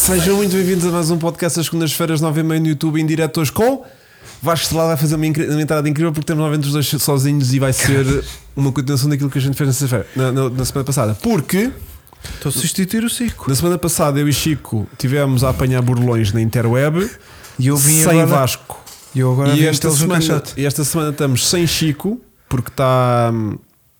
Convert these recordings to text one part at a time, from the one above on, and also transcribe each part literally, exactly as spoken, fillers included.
Sejam muito bem-vindos a mais um podcast às segundas-feiras, nove e meia no YouTube, em direto hoje com Vasco Estrelado. Vai fazer uma, incri- uma entrada incrível porque temos novamente os dois sozinhos e vai ser uma continuação daquilo que a gente fez na, sexta-feira, na, na, na semana passada. Porque estou a substituir o Chico. Na semana passada eu e Chico tivemos a apanhar burlões na interweb e eu vim sem agora, Vasco. E, eu agora e, esta semana, e esta semana estamos sem Chico porque está hum,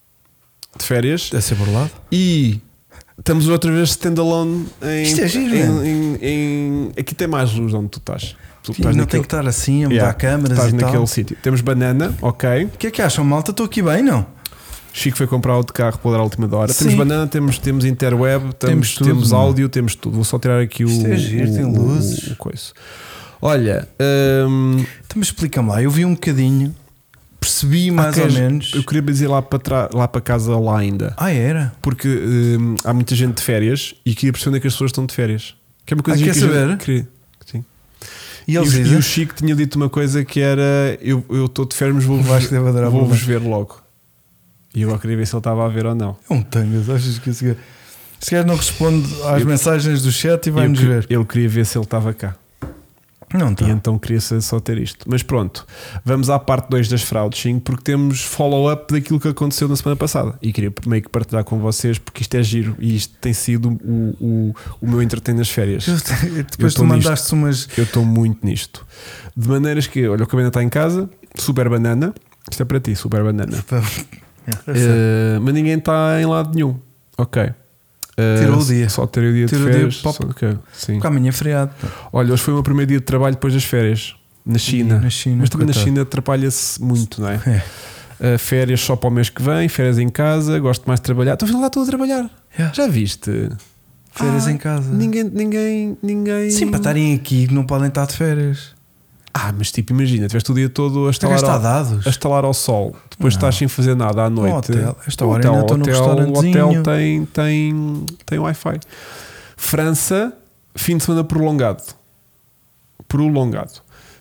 de férias. Deve ser burlado. E estamos outra vez standalone em, Isto é giro, em, em, em, aqui tem mais luz onde tu estás. Tu estás não naquele... tem que estar assim a mudar yeah, câmaras estás e naquele tal. sítio. Temos banana, ok. O que é que acham, malta? Estou aqui bem, não? Chico foi comprar outro carro para dar a última hora. Sim. Temos banana, temos, temos interweb, temos, temos, tudo, temos não? áudio, temos tudo. Vou só tirar aqui Isto o, é giro, o, tem luzes. O, o coisa. Olha, hum, então explica-me lá. Eu vi um bocadinho, percebi mais ah, ou queres, menos. Eu queria dizer lá para, tra- lá para casa lá ainda. Ah, era? Porque hum, há muita gente de férias e queria perceber onde é que as pessoas estão de férias. Que é uma coisa ah, que quer saber? Queria. Sim. E, e, eles o, e o Chico tinha dito uma coisa que era: eu estou de férias, mas vou-vos vou vos ver logo. E eu queria ver se ele estava a ver ou não. É um tangas, achas que esse gajo, esse gajo não responde às eu, mensagens do chat e vai-nos ver? Ele queria ver se ele estava cá. Não tá. E então queria só ter isto. Mas pronto, vamos à parte dois das fraudes, sim, porque temos follow-up daquilo que aconteceu na semana passada. E queria meio que partilhar com vocês, porque isto é giro e isto tem sido o, o, o meu entretenimento nas férias. Eu, depois tu mandaste umas. Eu estou muito nisto. De maneiras que, olha, o Cabana está em casa, super banana. Isto é para ti, super banana. É, uh, mas ninguém está em lado nenhum. Ok. Uh, Tirou o dia. Só ter o dia Tirou de férias. O dia só, okay, sim. Porque amanhã é feriado. Olha, hoje foi o meu primeiro dia de trabalho depois das férias. Na China. E na China mas também coitado. na China atrapalha-se muito, não é? é. Uh, férias só para o mês que vem, férias em casa, gosto mais de trabalhar. Estou lá, estou a trabalhar. Yeah. Já viste? Férias ah, em casa. Ninguém, ninguém, ninguém. Sim, para estarem aqui não podem estar de férias. Ah, mas tipo, imagina, tiveste o dia todo a estalar, está ao, dados. a estalar ao sol, depois não. estás sem fazer nada à noite. No hotel. Esta o hora hotel, ainda estou no hotel, restaurantezinho. O hotel tem, tem, tem Wi-Fi. França, fim de semana prolongado. Prolongado.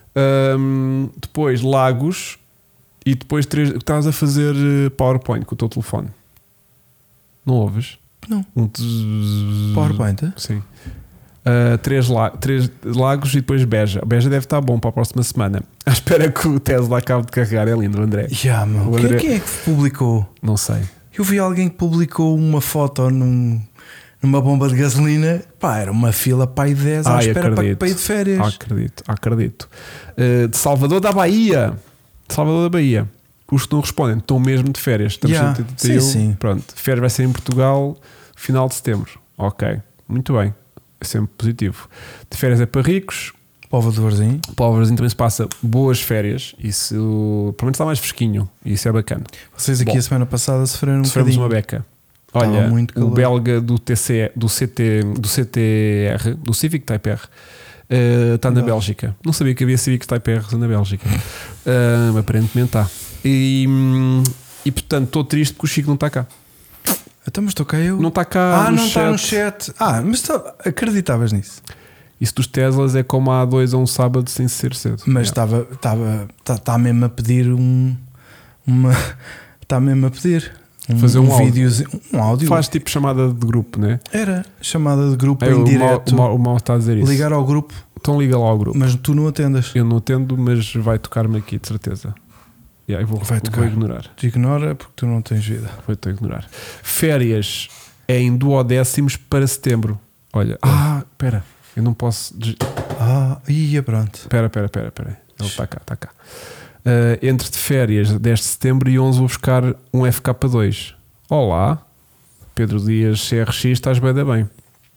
Um, depois Lagos e depois três. Estás a fazer PowerPoint com o teu telefone. Não ouves? Não. Um tz... PowerPoint? Sim. Uh, três, la- três Lagos e depois Beja. Beja deve estar bom para a próxima semana. À espera que o Tesla acabe de carregar. É lindo, André. Yeah, meu. André... Quem, quem é que publicou? Não sei. Eu vi alguém que publicou uma foto num, numa bomba de gasolina. Pá, era uma fila para aí dez à Ai, espera acredito. para ir de férias. Acredito, acredito. Uh, de Salvador da Bahia. De Salvador da Bahia. Os que não respondem estão mesmo de férias. Estamos yeah. sim, sim. Pronto. Férias vai ser em Portugal final de setembro. Ok. Muito bem. É sempre positivo. De férias é para ricos. Póvoa do Varzim. Póvoa do Varzim também se passa boas férias. Isso, pelo menos está mais fresquinho. Isso é bacana. Vocês aqui Bom, a semana passada sofreram um sofremos bocadinho. uma beca. Olha, muito o belga do, T C, do, C T, do C T R, do Civic Type R, uh, está na Bélgica. Não sabia que havia Civic Type R na Bélgica. Uh, aparentemente está. E, e portanto estou triste porque o Chico não está cá. Então, mas estou cá eu. Não está cá. Ah, no não chat. está no chat. Ah, mas tá, acreditavas nisso? Isso dos Teslas é como há dois a um sábado sem ser cedo. Mas estava, estava, está tá mesmo a pedir um, uma, está mesmo a pedir um, fazer um, um vídeo, um áudio. Faz tipo chamada de grupo, né? Era chamada de grupo é, em o direto. Mal, o Mal está a dizer isso. Ligar ao grupo. Então liga lá ao grupo. Mas tu não atendas. Eu não atendo, mas vai tocar-me aqui, de certeza. Yeah, eu vou, vai tocar. Vou ignorar. Te ignora porque tu não tens vida. Vou-te ignorar. Férias é em duodécimos para setembro. Olha, ah, espera, eu não posso. Ah, ia pronto. Espera, espera, espera, espera. Ele está cá, está cá. Uh, entre de férias, dez de setembro e onze, vou buscar um F K dois. Olá, Pedro Dias C R X, estás bem da bem.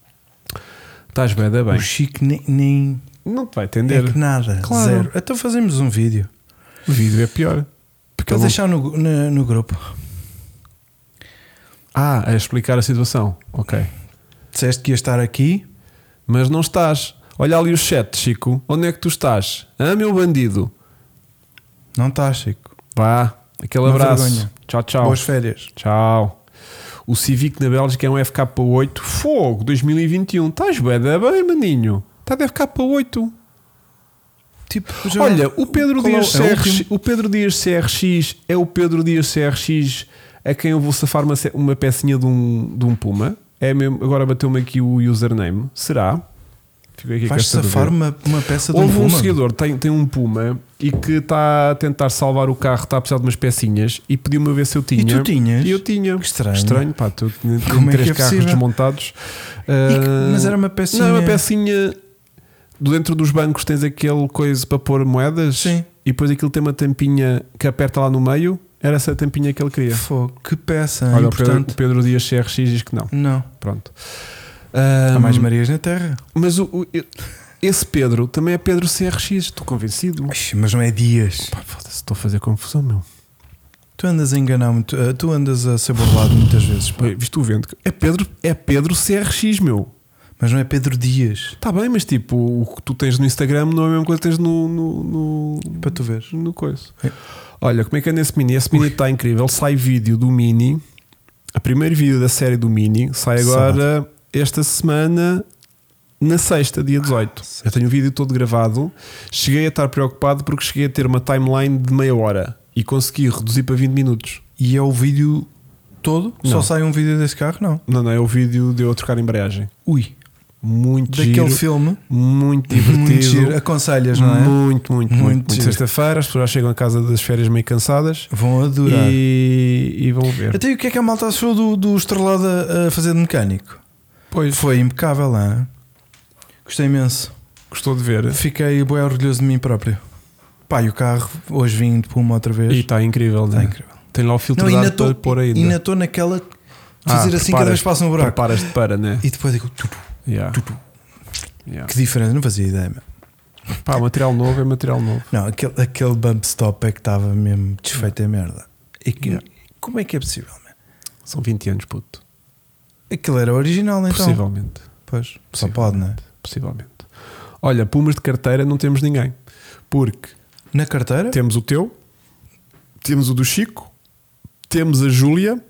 Estás bem da bem. O Chico nem, nem. Não te vai entender. É que nada, claro. Zero. Então fazemos um vídeo. O vídeo é pior. Para deixar no, no, no grupo. Ah, a explicar a situação. Ok. Disseste que ia estar aqui, mas não estás. Olha ali o chat, Chico. Onde é que tu estás? Ah, meu bandido. Não estás, Chico. Vá. Aquele Uma abraço. vergonha. Tchau, tchau. Boas férias. Tchau. O Civic na Bélgica é um F K oito. Fogo, dois mil e vinte e um. Estás bem, bem, maninho. Está de F K oito. Tipo, olha, o Pedro, Dias é C R X, o, o Pedro Dias C R X é o Pedro Dias C R X a quem eu vou safar uma, uma pecinha de um, de um Puma. É mesmo, agora bateu-me aqui o username. Será? Fico aqui Vais safar uma, uma peça de Houve um um Puma. seguidor, tem, tem um Puma e que está a tentar salvar o carro, está a precisar de umas pecinhas e pediu-me a ver se eu tinha. E tu tinhas? E eu tinha. Que estranho. Estranho, pá, tu tinha Como é três que é carros possível? desmontados. E que- Ah, mas era uma pecinha. Não, é uma pecinha. Dentro dos bancos tens aquele coisa para pôr moedas. Sim. E depois aquilo tem uma tampinha que aperta lá no meio. Era essa a tampinha que ele queria. Fogo, que peça. Olha, o Pedro, importante. o Pedro Dias C R X diz que não. Não. Pronto. Há Ah, mais Marias na Terra. Mas o, o- esse Pedro também é Pedro C R X. Estou convencido. Ixi, mas não é Dias. Pá, foda-se, estou a fazer confusão, meu. Tu andas a enganar muito. uh, Tu andas a ser burlado muitas vezes. pá. Pá, viste o vento? É Pedro, é Pedro C R X, meu. Mas não é Pedro Dias. Está bem, mas tipo, o que tu tens no Instagram não é a mesma coisa que tens no, no, no, Para tu veres. no coisa. É. Olha, como é que é nesse Mini? Esse Mini está incrível. Sai vídeo do Mini. A primeiro vídeo da série do Mini sai agora esta semana, na sexta, dia dezoito. Eu tenho o vídeo todo gravado. Cheguei a estar preocupado porque cheguei a ter uma timeline de meia hora e consegui reduzir para vinte minutos. E é o vídeo todo? Não. Só sai um vídeo desse carro? Não. Não, não, é o vídeo de eu trocar a embreagem. Ui. Muito Daquele giro, filme. muito divertido. Muito giro. Aconselhas, não é? Muito, muito, muito. Muito muito. giro. Sexta-feira, as pessoas já chegam a casa das férias meio cansadas Vão adorar. e, e vão ver. Até e o que é que a malta achou do, do Estrelado a a fazer de mecânico? Pois, Foi impecável, não é? Gostei imenso. gostou de ver. Fiquei bem orgulhoso de mim próprio. Pá, e o carro, hoje vim de Puma outra vez. E está incrível, Está né? incrível. Tem lá o filtro Não, de ar ainda para estou pôr ainda. ainda estou naquela de fazer Ah, assim cada vez que passo um buraco. Preparas-te para, né? E depois digo, tu, tu, Yeah. tu, tu. Yeah. Que diferença, não fazia ideia. Meu. Pá, material novo é material novo. Não, aquele, aquele bump stop é que estava mesmo desfeito a merda. E que, Yeah. como é que é possível? Meu? São vinte anos, puto. Aquilo era original, então. Possivelmente. Pois, só pode, não é? Possivelmente. Olha, Pumas de carteira não temos ninguém. Porque Na carteira? temos o teu, temos o do Chico, temos a Júlia,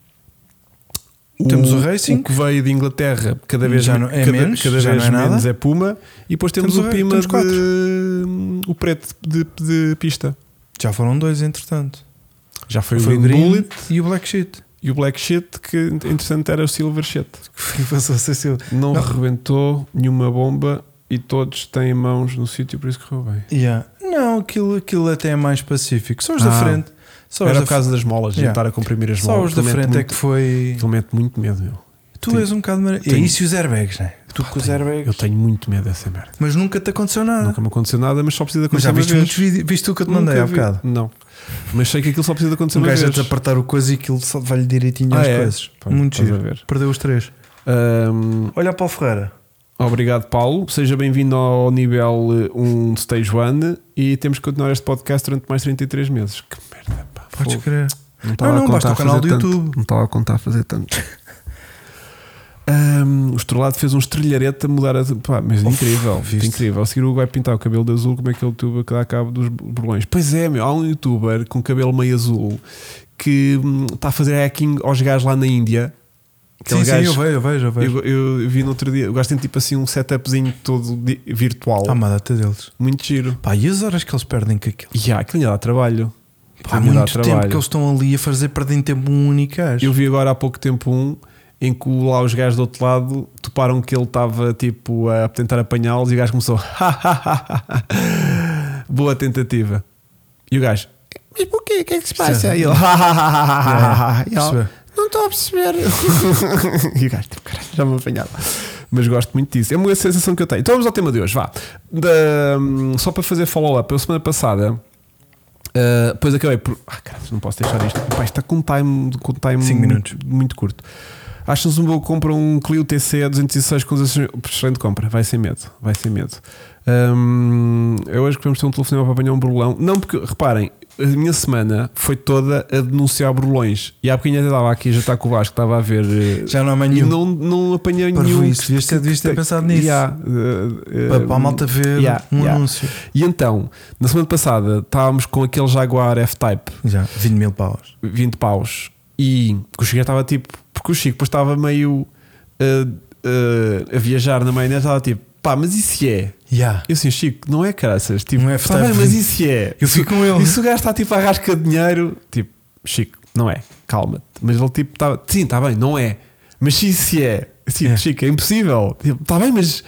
Temos o Racing. o que veio de Inglaterra, cada vez Já não- é cada, menos, cada já vez não é nada. menos é Puma, e depois temos, Temos o o- Pima temos quatro. de o preto de, de pista. Já foram dois, entretanto. Já foi, Foi o o Green Green Bullet e o Black Sheet. e o Black Shit, que interessante era o Silver Shit. Que passou a ser seu. Não, Não. rebentou nenhuma bomba e todos têm mãos no sítio, por isso correu bem. Yeah. Não, aquilo, aquilo até é mais pacífico. Só os da Ah, frente. Só os Era da por causa das molas, de Yeah. estar a comprimir as Só molas. os da Aquilo mete frente é muito- que foi. aquilo mete muito medo, meu. Tu Tenho- és um bocado. Mar... tenho- É isso e os airbags, né? Tu Pá, com os tenho- airbags. Eu tenho muito medo dessa merda. Mas nunca te aconteceu nada. Nunca me aconteceu nada, mas só precisa de Mas acontecer já uma viste vez. muitos vídeos. Viste tu que eu te Nunca mandei há vi. bocado. Não. Mas sei que aquilo só precisa de acontecer Um uma gajo a vez. te apertar o coisa e aquilo só vai-lhe direitinho Ah, às é? coisas. Pois, Muito estás a giro. ver. Perdeu os três. Ahm, Olha para o Ferreira. obrigado, Paulo. Seja bem-vindo ao nível um de Stage um e temos que continuar este podcast durante mais trinta e três meses. Que merda, pá. Podes Fogo. crer. Não estava Não, a não, contar basta a o canal fazer do tanto. YouTube. Não estava a contar a fazer tanto. Um, o Estrelado fez um estrelharete a mudar a. Pá, mas Uf, incrível, viste? incrível. A seguir o vai pintar o cabelo de azul, como é que é o youtuber que dá cabo dos borbolões. Pois é, meu, há um youtuber com cabelo meio azul que hum, está a fazer hacking aos gajos lá na Índia. Aquele Sim, sim, gajo- eu vejo, eu vejo, eu vejo. eu, eu vi no outro dia. O gajo tem tipo assim um setupzinho todo di- virtual, Há uma data deles. muito giro. Pá, e as horas que eles perdem com aquilo? E há, aquilo ainda dá trabalho. Pá, há Aquilo ainda dá muito tempo trabalho. que eles estão ali a fazer perdem tempo um único gajo. Eu vi agora há pouco tempo um em que lá os gajos do outro lado toparam que ele estava tipo a tentar apanhá-los e o gajo começou boa tentativa. E o gajo, mas porquê? O que é que se passa? E ele, E ele, Percebe? não estou a perceber. E o gajo, tipo, caralho, já me apanhava. Mas gosto muito disso. É uma sensação que eu tenho. Então vamos ao tema de hoje, vá. Da- só para fazer follow-up, eu semana passada uh, depois acabei por. Ah, caralho, não posso deixar isto. Pá, isto está com um time, com um time Cinco muito, minutos. muito curto. Acham-se um bom compra um Clio T C duzentos e seis com excelente compra. Vai sem medo, vai sem medo. Hum, eu acho que vamos ter um telefonema para apanhar um burlão. Não, porque reparem, a minha semana foi toda a denunciar burlões. E há bocadinho até estava aqui, já está com o Vasco, estava a ver. eh, Já não há mais e nenhum. não, não apanhei Para nenhum. isso, devias ter, devias ter pensado nisso. Yeah, uh, Para, uh, para a malta ver yeah, um yeah. anúncio. E então, na semana passada, estávamos com aquele Jaguar F-Type, Já, vinte mil paus. vinte paus. E o Chico estava tipo. Porque o Chico depois estava meio uh, uh, a viajar na maionese, estava tipo, pá, mas isso é. Yeah. Eu assim, Chico, não é caraças, tipo, Um tá F-Type bem, mas vinte. isso é. Eu fico com ele. E se o gajo está tipo a rasca de dinheiro, tipo, Chico, não é, calma-te. Mas ele tipo, tá, sim, está bem, não é. Mas se isso é, tipo, É. Chico, é impossível. Tipo, está bem, mas,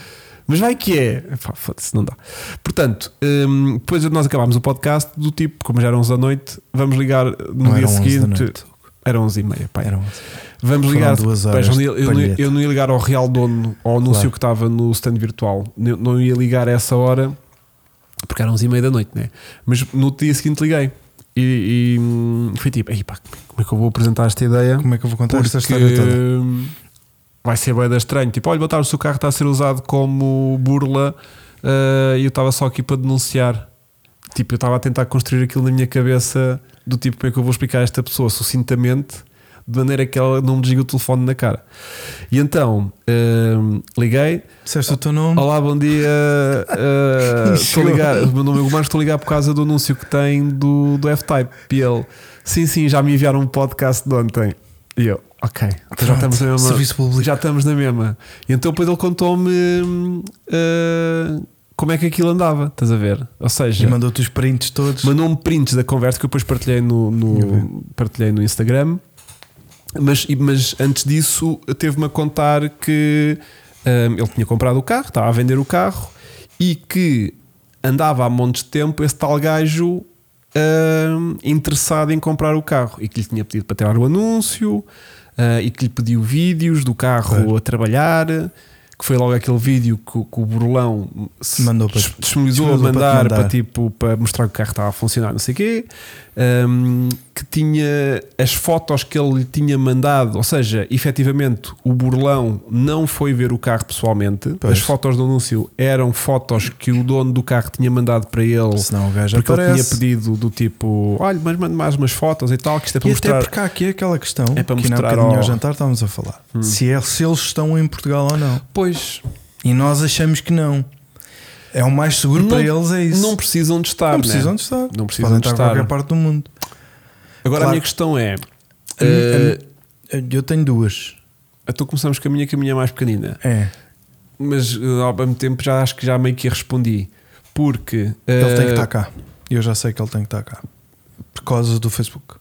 Mas vai que é. Epá, foda-se, não dá. Portanto, hum, depois nós acabámos o podcast do tipo, como já eram onze da noite, vamos ligar no Não dia eram onze da seguinte. noite. Eram onze e meia, pá. Eram onze. Vamos Foram ligar. duas Pá, horas eu, não ia, eu, de não ia, palheta. eu não ia ligar ao real dono, ao anúncio Claro. que estava no stand virtual. Não, não ia ligar a essa hora porque eram onze e meia da noite, né? Mas no dia seguinte liguei e, e hum, foi tipo, "Ei, pá, como é que eu vou apresentar esta ideia? Como é que eu vou contar Porque esta história toda? hum, vai ser bem estranho. Tipo, olha, boa tarde, o seu carro está a ser usado como burla uh, e eu estava só aqui para denunciar. Tipo, eu estava a tentar construir aquilo na minha cabeça do tipo, como é que eu vou explicar a esta pessoa sucintamente, de maneira que ela não me desliga o telefone na cara. E então, hum, liguei. Disseste o teu nome? Olá, bom dia. Uh, estou a ligar. O meu nome é Gomar, estou a ligar por causa do anúncio que tem do, do F-Type. E ele, sim, sim, já me enviaram um podcast de ontem. E eu, ok, então já estamos na mesma. Serviço público. Já estamos na mesma. E então depois ele contou-me uh, como é que aquilo andava. Estás a ver? Ou seja, E mandou-te os prints todos. mandou-me prints da conversa que eu depois partilhei no, no, partilhei no Instagram. Mas, mas antes disso, teve-me a contar que um, ele tinha comprado o carro, estava a vender o carro e que andava há montes de tempo esse tal gajo um, interessado em comprar o carro e que lhe tinha pedido para tirar o anúncio uh, e que lhe pediu vídeos do carro Claro. a trabalhar. Que foi logo aquele vídeo que, que o Burlão se Mandou para- disponibilizou a disponibilizou para te mandar para, mandar. tipo, para mostrar que o carro estava a funcionar, não sei o quê. Um, que tinha as fotos que ele lhe tinha mandado, ou seja, efetivamente o Burlão não foi ver o carro pessoalmente. Pois. As fotos do anúncio eram fotos que o dono do carro tinha mandado para ele, Senão o gajo porque ele tinha aparece. pedido do tipo, olha, mas mande mais umas fotos e tal, que isto é para E mostrar. até porque há aqui aquela questão É para que na mostrar bocadinho ao- ao jantar estávamos a falar. Se, é, se eles estão em Portugal ou não. Pois, E nós achamos que não. É o mais seguro Não- para eles, é isso. não precisam de estar, Não né? precisam de estar. Não precisam Podem de estar estar. em qualquer parte do mundo. Agora Claro. a minha questão é, A mi- eh, a mi- Eu tenho duas. então começamos com a minha, que a minha é mais pequenina. É. Mas uh, ao mesmo tempo já acho que já meio que respondi. Porque Ele tem que uh, estar cá. Eu já sei que ele tem que estar cá. Por causa do Facebook.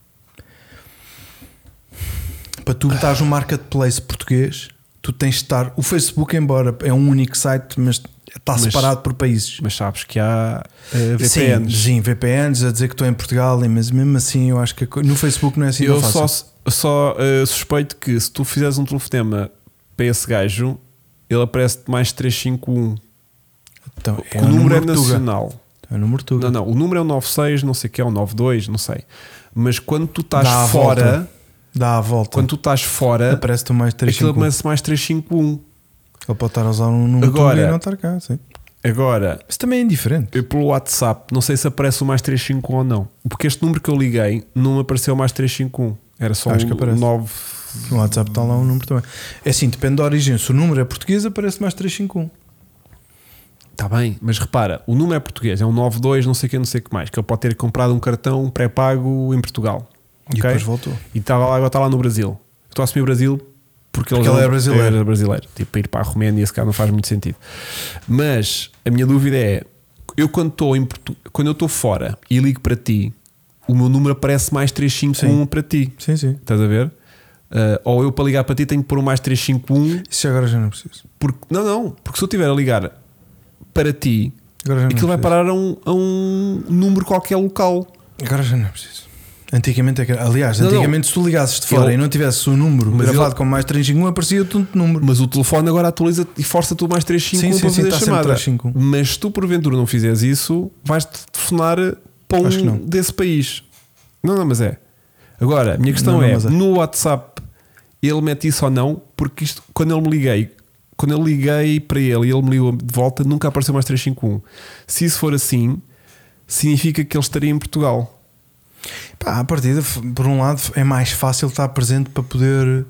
Para tu estares no marketplace português, tu tens de estar. O Facebook, embora é um único site, mas está Mas- separado por países. Mas sabes que há uh, V P Sim, Ns. sim, V P Ns a dizer que estou em Portugal, mas mesmo assim eu acho que a co- no Facebook não é assim Eu tão fácil. só, só uh, suspeito que se tu fizeres um telefonema para esse gajo, ele aparece-te mais três cinco um. Então, o número é Tuga. nacional. É o número Tuga. Não, não. O número é o nove seis, não sei o que é, o nove dois, não sei. Mas quando tu estás Dá a fora, volta. Dá a volta. quando tu estás fora, Aparece-te mais três aquilo cinco um. aparece mais três cinco um. Ele pode estar a usar um número Agora- Tuga e não estar cá, sim. Agora, Isso também é indiferente. eu pelo WhatsApp, não sei se aparece o mais três cinco um ou não. Porque este número que eu liguei não apareceu mais três cinco um. Era só Acho que um aparece. nove. No WhatsApp está lá um número também. É assim, depende da origem. Se o número é português, aparece mais três cinco um. Está bem, mas repara, o número é português, é um nove dois, não sei o que, não sei o que mais. Que ele pode ter comprado um cartão pré-pago em Portugal. E Ok? depois voltou. E estava lá, agora está lá no Brasil. Estou a assumir Brasil porque, Porque ele ele é brasileiro. Era brasileiro. Tipo, para ir para a Roménia, esse cara não faz muito sentido. Mas a minha dúvida é: eu quando estou em Portu... quando eu estou fora e ligo para ti, o meu número aparece mais três cinco um Sim. para ti. Sim, sim. Estás a ver? Uh, ou eu para ligar para ti tenho que pôr o mais três cinco um. Isso agora já não preciso. Porque... Não, não, porque se eu estiver a ligar para ti, Agora já não aquilo vai preciso. parar a um, a um número qualquer local. Agora já não é preciso. Antigamente, é que- aliás, Não, não. antigamente se tu ligasses de fora Ele- e não tivesse o número Mas gravado ele- com mais três cinco um, aparecia-te um número. Mas o telefone agora atualiza e força-te o mais três cinco um Sim, sim, para sim, fazer está a sempre chamada. três cinco um. Mas se tu porventura não fizeres isso, vais-te telefonar para Acho que um não. desse país. Não, não, mas é. Agora, a minha questão Não, não, é: mas é. no WhatsApp ele mete isso ou não? Porque isto, quando eu me liguei, quando eu liguei para ele e ele me ligou de volta, nunca apareceu mais três cinco um. Se isso for assim, significa que ele estaria em Portugal. Pá, a partida, f- por um lado, é mais fácil estar presente para poder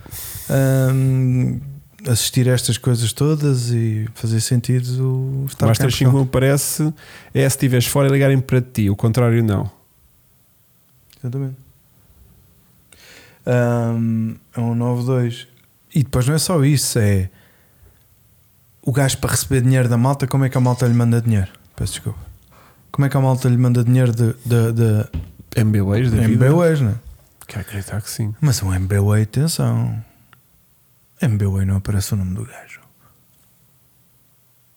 hum, assistir a estas coisas todas e fazer sentido estar mais cá em três cinco um Portugal. aparece é se estiveres fora e ligarem para ti, o contrário não. Exatamente. Hum, é um nove dois. E depois não é só isso, é o gajo para receber dinheiro da malta. Como é que a malta lhe manda dinheiro? Peço desculpa. Como é que a malta lhe manda dinheiro de, de, de M B As da vida? M B As, não é? Quero acreditar que sim. Mas um M B A, atenção, M B A não aparece o nome do gajo.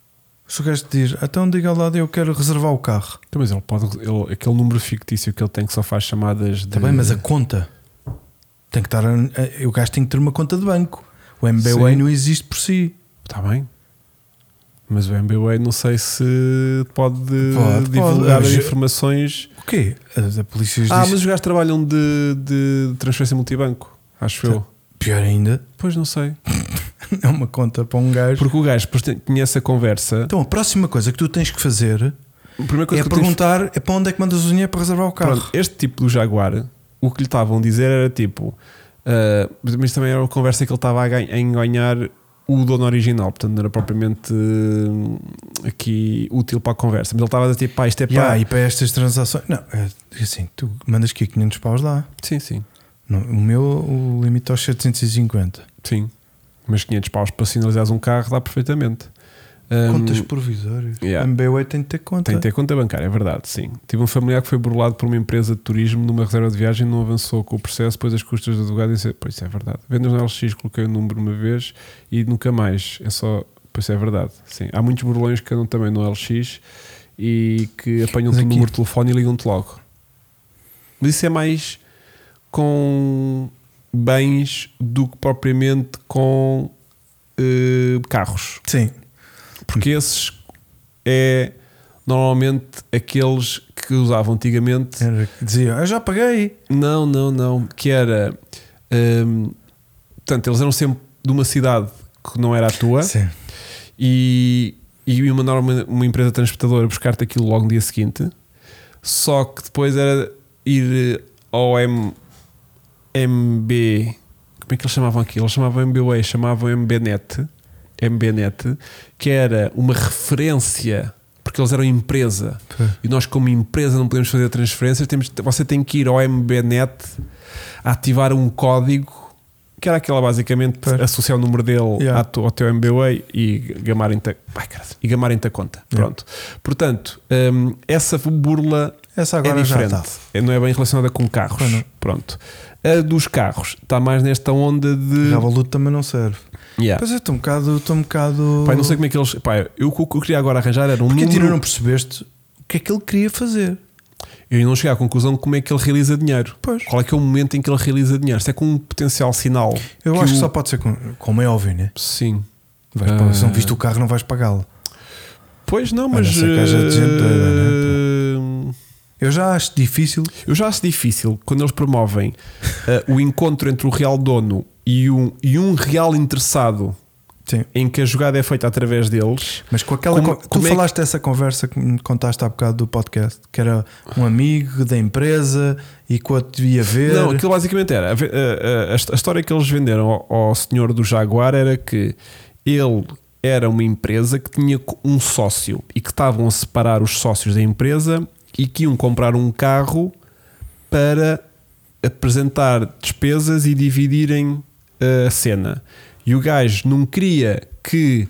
Se o gajo te diz, então diga lá, eu quero reservar o carro. Então, mas ele pode, ele, aquele número fictício que ele tem que só faz chamadas de. Está bem, mas a conta tem que estar. A, o gajo tem que ter uma conta de banco. O M B W A Sim. não existe por si. Está bem. Mas o M B W A não sei se pode, Pode, divulgar pode. as informações. O quê? A, a polícia diz. Ah, mas os gajos trabalham de, de transferência multibanco, acho eu. Pior ainda, Pois não sei. é uma conta para um gajo. Porque o gajo depois tem- conhece a conversa. Então a próxima coisa que tu tens que fazer A primeira coisa é que eu tive- perguntar é para onde é que mandas o dinheiro para reservar o carro. Pronto, este tipo do Jaguar, o que lhe estavam a dizer era tipo, ah, mas também era uma conversa que ele estava a gan- a enganhar o dono original, portanto não era propriamente hum, aqui útil para a conversa, mas ele estava a dizer tipo, pá, isto é para. Yeah, e para estas transações, não, é assim, tu mandas aqui quinhentos paus lá. Sim, sim, Não, o meu, o limite aos setecentos e cinquenta. sim. Mas quinhentos paus para sinalizares um carro dá perfeitamente. Hum, Contas provisórias. yeah. M B W A tem de ter conta. Tem que ter conta bancária, é verdade, sim. Tive um familiar que foi burlado por uma empresa de turismo numa reserva de viagem, não avançou com o processo, depois as custas de advogado. Disse, pois isso é verdade. Vendas no L X, coloquei o número uma vez e nunca mais. É só, pois é verdade, sim. Há muitos burlões que andam também no L X e que apanham-te Mas o aqui- número de telefone e ligam-te logo. Mas isso é mais com bens do que propriamente com eh, carros. Sim. Porque esses é normalmente aqueles que usavam antigamente. Era que dizia, eu já paguei. Não, não, não. Que era. hum, portanto, eles eram sempre de uma cidade que não era a tua Sim. e, e iam mandar uma, uma empresa transportadora buscar-te aquilo logo no dia seguinte. Só que depois era ir ao M, MB. Como é que eles chamavam aquilo? Eles chamavam M B W A, chamavam M B Net. M B Net, que era uma referência, porque eles eram empresa Pô. e nós, como empresa, não podemos fazer transferências. Temos, você tem que ir ao M B Net a ativar um código que era aquela basicamente Pô. associar o número dele Yeah. à tu- ao teu M B W A e gamarem-te a, ai, caralho, e gamarem-te a conta. Yeah. Pronto. Portanto, hum, essa burla Essa agora é já diferente. está. Não é bem relacionada com carros. Pois não. Pronto. A dos carros está mais nesta onda de. Revolut também não serve. Yeah. Pois eu estou um bocado. Estou um bocado... Pai, não sei como é que eles. Pai, eu, o que eu queria agora arranjar era um Porque a ti número. não percebeste o que é que ele queria fazer. Eu não cheguei à conclusão de como é que ele realiza dinheiro. Pois. Qual é que é o momento em que ele realiza dinheiro? Se é com um potencial sinal. Eu que acho que o- só pode ser com, como é óbvio, né? Sim. Vais Ah. pagar- se não viste o carro, não vais pagá-lo. Pois não, A mas. não ser que haja gente doida, eh, Eu já acho difícil. Eu já acho difícil quando eles promovem eh, o encontro entre o real dono e um, e um real interessado Sim. em que a jogada é feita através deles. Mas com aquela. Como- co- tu como é que- falaste dessa conversa que me contaste há bocado do podcast, que era um amigo da empresa e que o outro devia ver. Não, aquilo basicamente era a, a- a- a história que eles venderam ao, ao senhor do Jaguar era que ele era uma empresa que tinha um sócio e que estavam a separar os sócios da empresa e que iam comprar um carro para apresentar despesas e dividirem a cena. E o gajo não queria que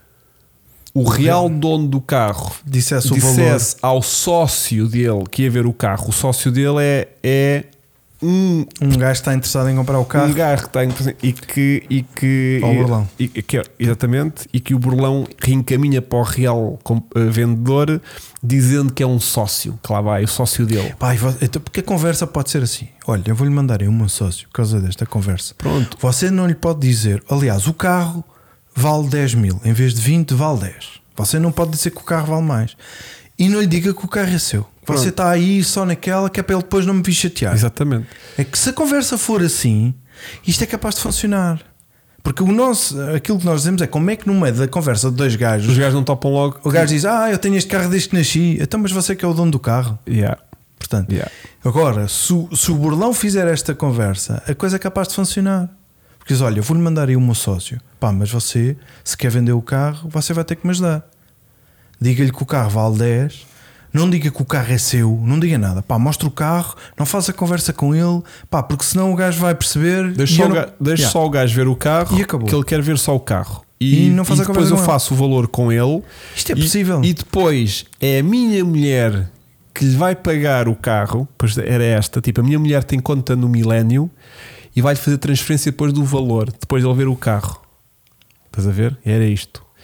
o real dono do carro Dissesse o valor. dissesse ao sócio dele que ia ver o carro. O sócio dele é, é um, Um gajo está interessado em comprar o carro. um gajo que está em, e que e que Ao burlão. e, e que- exatamente, e que o burlão reencaminha para o real com- eh, vendedor dizendo que é um sócio, que lá vai, o sócio dele. Pai, vo- então, porque a conversa pode ser assim. Olha, eu vou-lhe mandar aí o meu sócio por causa desta conversa. Pronto. Você não lhe pode dizer, aliás, o carro vale dez mil, em vez de vinte, vale dez. Você não pode dizer que o carro vale mais. E não lhe diga que o carro é seu. Você Pronto. está aí só naquela que é para ele depois não me vir chatear. Exatamente. É que se a conversa for assim, isto é capaz de funcionar. Porque o nosso, aquilo que nós dizemos é como é que no meio da conversa de dois gajos, Os gajos não topam logo. o gajo diz: Ah, eu tenho este carro desde que nasci. Então, mas você que é o dono do carro. Yeah, Portanto, yeah. agora, se, o- se o burlão fizer esta conversa, a coisa é capaz de funcionar. Porque diz: Olha, eu vou-lhe mandar aí o meu sócio. Pá, mas você, se quer vender o carro, você vai ter que me ajudar. Diga-lhe que o carro vale dez. Não diga que o carro é seu, não diga nada. Pá, mostra o carro, não faça conversa com ele. Pá, porque senão o gajo vai perceber. Deixa, e só, eu o não- ga- deixa Yeah. só o gajo ver o carro E acabou. que ele quer ver só o carro. E não faz a depois conversa eu com faço o valor com ele. Isto é E- possível. E depois é a minha mulher que lhe vai pagar o carro. Pois era esta, tipo, a minha mulher tem conta no Millennium e vai-lhe fazer transferência depois do valor, depois de ele ver o carro. Estás a ver? Era isto.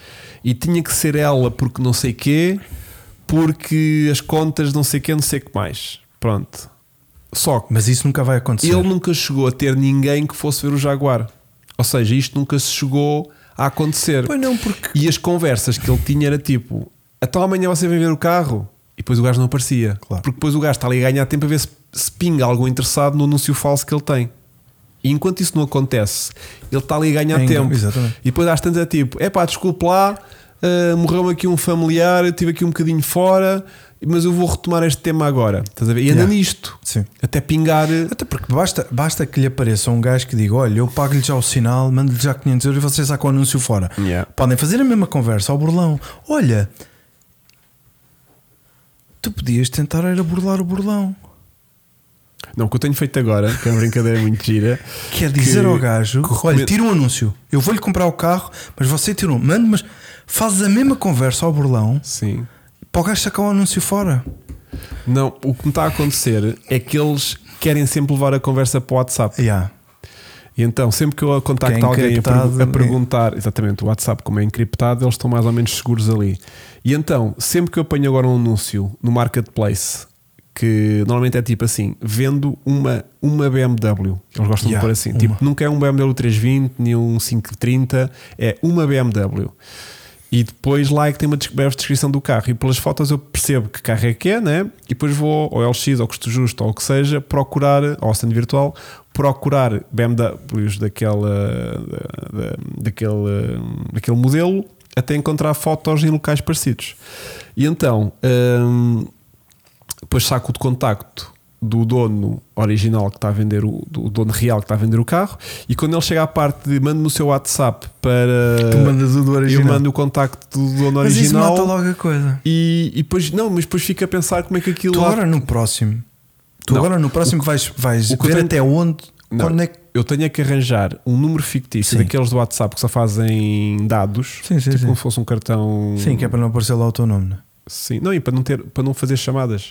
e tinha que ser ela porque não sei quê, porque as contas não sei quê, não sei o que mais. Pronto. Só que Mas isso nunca vai acontecer. ele nunca chegou a ter ninguém que fosse ver o Jaguar. Ou seja, isto nunca se chegou a acontecer. Pois não, porque E as conversas que ele tinha era tipo: então amanhã você vem ver o carro. E depois o gajo não aparecia. Claro. Porque depois o gajo está ali a ganhar tempo a ver se, se pinga algum interessado no anúncio falso que ele tem. E enquanto isso não acontece, ele está ali a ganhar É, tempo. exatamente. E depois às tantas é tipo: é pá, desculpe lá, uh, morreu-me aqui um familiar, eu estive aqui um bocadinho fora, mas eu vou retomar este tema agora. Estás a ver? E anda Yeah. nisto. Sim. Até pingar. Até porque basta, basta que lhe apareça um gajo que diga: olha, eu pago-lhe já o sinal, mando-lhe já quinhentos euros e você sacam o anúncio fora. Yeah. Podem fazer a mesma conversa ao burlão. Olha, tu podias tentar era burlar o burlão. Não, o que eu tenho feito agora, que é uma brincadeira muito gira, Quer dizer que- ao gajo: que olha, recomendo- tira um anúncio, eu vou-lhe comprar o carro, mas você tira um, mande, mas fazes a mesma conversa ao burlão sim. para o gajo sacar o anúncio fora. Não, o que me está a acontecer é que eles querem sempre levar a conversa para o WhatsApp. Yeah. E então, sempre que eu contacto Que é alguém a, encriptado, pergu- a perguntar, exatamente, o WhatsApp, como é encriptado, eles estão mais ou menos seguros ali. E então, sempre que eu apanho agora um anúncio no marketplace, que normalmente é tipo assim: vendo uma, uma B M W, eles gostam Yeah, de pôr assim, uma. tipo, nunca é um B M W trezentos e vinte nem um quinhentos e trinta, é uma B M W. E depois lá é que tem uma des- breve descrição do carro, e pelas fotos eu percebo que carro é que é, né? E depois vou ao L X, ao custo justo, ou o que seja, procurar, ao stand virtual, procurar B M Ws daquela, da, da, daquele, daquele modelo, até encontrar fotos em locais parecidos. E então, hum, depois saco de contacto do dono original que está a vender o, do dono real que está a vender o carro, e quando ele chega à parte de mande-me o seu WhatsApp para Tu mandas o do eu original. mando o contacto do dono Mas isso original mata logo a coisa. e, e depois não, mas depois fica a pensar como é que aquilo Tu lá- agora no próximo, tu Não. agora no próximo vais, vais o que eu ver tenho- até onde, Não. quando é que. eu tenho é que arranjar um número fictício Sim. daqueles do WhatsApp que só fazem dados, Sim, sim, tipo sim. como se fosse um cartão. Sim, que é para não aparecer lá o teu nome, né? Sim, não, e para não ter, para não fazer chamadas,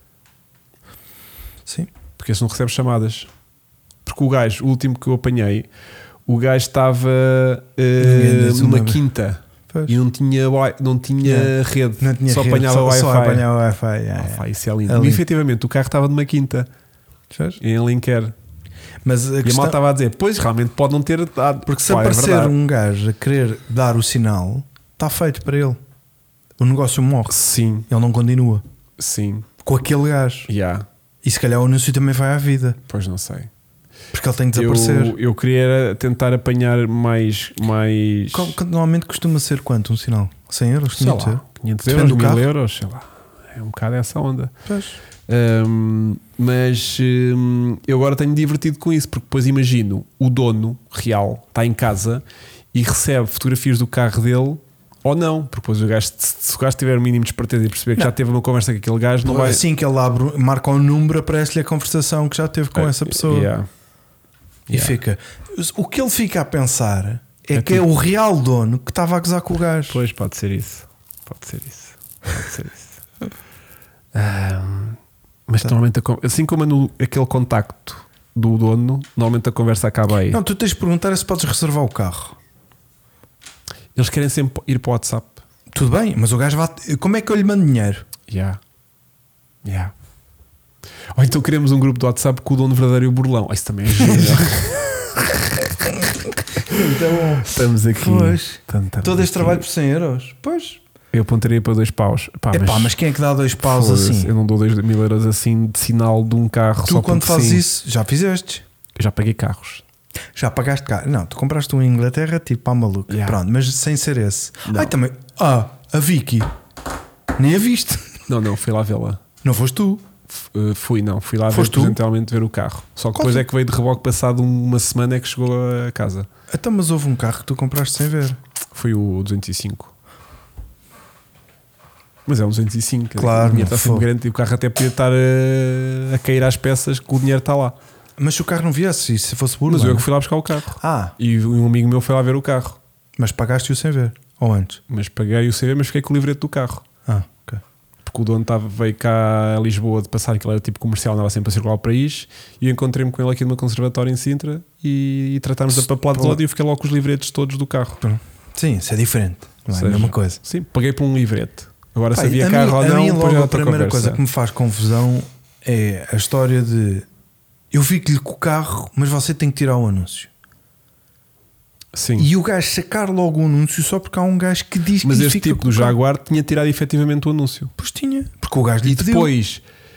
Sim. porque se não recebe chamadas, porque o gajo, o último que eu apanhei, o gajo estava Ninguém eh, diz numa uma- quinta Pois. e não tinha, wi- não tinha Yeah. rede, Não tinha só rede, apanhava só, Wi-Fi. só apanhava Wi-Fi. yeah, yeah. Wi-Fi, isso é lindo. É E lindo. efetivamente o carro estava numa quinta Sabes? em Linker. Mas a E a questão, malta estava a dizer: pois realmente pode não ter dado. porque se Pá, é aparecer verdade. um gajo a querer dar o sinal, está feito para ele. O negócio morre. Sim, Ele não continua sim, com aquele gajo. já, E se calhar o anúncio também vai à vida, pois não sei. porque ele tem que desaparecer. Eu, eu queria era tentar apanhar mais. mais Qual- Normalmente costuma ser quanto um sinal? cem euros? sei quinhentos lá, euros? quinhentos Depende euros, do mil carro. euros, sei lá. É um bocado essa onda. Pois. Hum, mas hum, eu agora tenho divertido com isso, porque depois imagino o dono real está em casa e recebe fotografias do carro dele. Ou não, porque depois o gajo, se, se o gajo tiver o mínimo de esperteza e perceber que Não. já teve uma conversa com aquele gajo, não vai. Assim que ele abre, marca o número, aparece-lhe a conversação que já teve com essa pessoa. Yeah. E Yeah. fica. O que ele fica a pensar é, É que é tipo- o real dono que estava a gozar com o gajo. Pois pode ser isso. Pode ser isso. Pode ser isso. Ahm, mas Tá. normalmente, a con- assim como é no, aquele contacto do dono, normalmente a conversa acaba aí. Não, tu tens de perguntar é se podes reservar o carro. Eles querem sempre ir para o WhatsApp. Tudo bem, mas o gajo vai. Como é que eu lhe mando dinheiro? Yeah. Yeah. Ou então queremos um grupo do WhatsApp com o dono verdadeiro e o burlão. Ah, isso também é giro. Então, Estamos aqui. Pois. Então, estamos todo este aqui. trabalho por cem euros? Pois. Eu apontaria para dois paus. Pá, Epá, mas quem é que dá dois paus foda-se, assim? Eu não dou dois mil euros assim de sinal de um carro. Tu, só quando porque fazes sim. isso, já fizeste? Eu já paguei carros. Já pagaste cá? Não, tu compraste um em Inglaterra, tipo, pá, maluco. Yeah. Pronto, mas sem ser esse. Não. Ai, também. Ah, a Vicky. Nem a viste. Não, não, fui lá vê-la. Não foste tu. F- uh, fui, não, fui lá ver, Foste tu? presencialmente ver o carro. Só que depois Qual- é que veio de reboque, passado uma semana é que chegou a casa. Então, mas houve um carro que tu compraste sem ver. Foi o duzentos e cinco. Mas é um duzentos e cinco. quer dizer, Claro, o dinheiro está não, sempre fogo. grande e o carro até podia estar a, a cair às peças, que o dinheiro está lá. Mas se o carro não viesse, e se fosse burro. Mas eu é que fui lá buscar o carro. Ah, E um amigo meu foi lá ver o carro. mas pagaste-o sem ver. Ou antes. Mas paguei o C V, mas fiquei com o livreto do carro. Ah, ok. Porque o dono estava, veio cá a Lisboa de passar, que ele era tipo comercial, andava sempre a circular o país. E eu encontrei-me com ele aqui numa conservatória em Sintra e, e tratámos da papelada Pô. toda e eu fiquei logo com os livretos todos do carro. Sim, isso é diferente. Não é Seja, a mesma coisa. Sim, paguei por um livrete. Agora, Pá, se havia a carro mim, ou a não, mim depois logo é a outra primeira conversa. coisa que me faz confusão é a história de eu fico-lhe com o carro, mas você tem que tirar o anúncio. Sim. E o gajo sacar logo o anúncio só porque há um gajo que diz Mas que este fica tipo com do o carro. Jaguar tinha tirado efetivamente o anúncio. Pois tinha, porque o gajo lhe E pediu. depois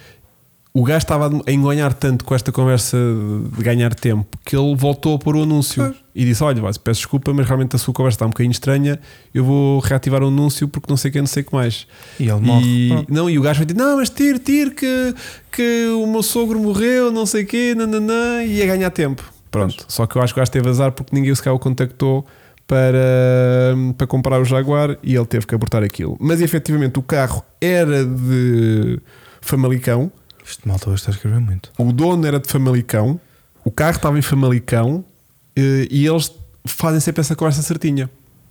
o gajo estava a engonhar tanto com esta conversa de ganhar tempo que ele voltou a pôr o anúncio. Pois. E disse: olha, peço desculpa, mas realmente a sua conversa está um bocadinho estranha. Eu vou reativar o anúncio porque não sei quem, não sei o que mais. E ele morre. E, Pronto. não, e o gajo vai dizer: não, mas tire, tire, que, que o meu sogro morreu, não sei o quê, nananã, e ia ganhar tempo. Pronto. Pois. Só que eu acho que o gajo teve azar porque ninguém sequer o contactou para, para comprar o Jaguar e ele teve que abortar aquilo. Mas efetivamente o carro era de Famalicão. Isto malta hoje está a escrever muito. O dono era de Famalicão, o carro estava em Famalicão eh, e eles fazem sempre essa conversa certinha.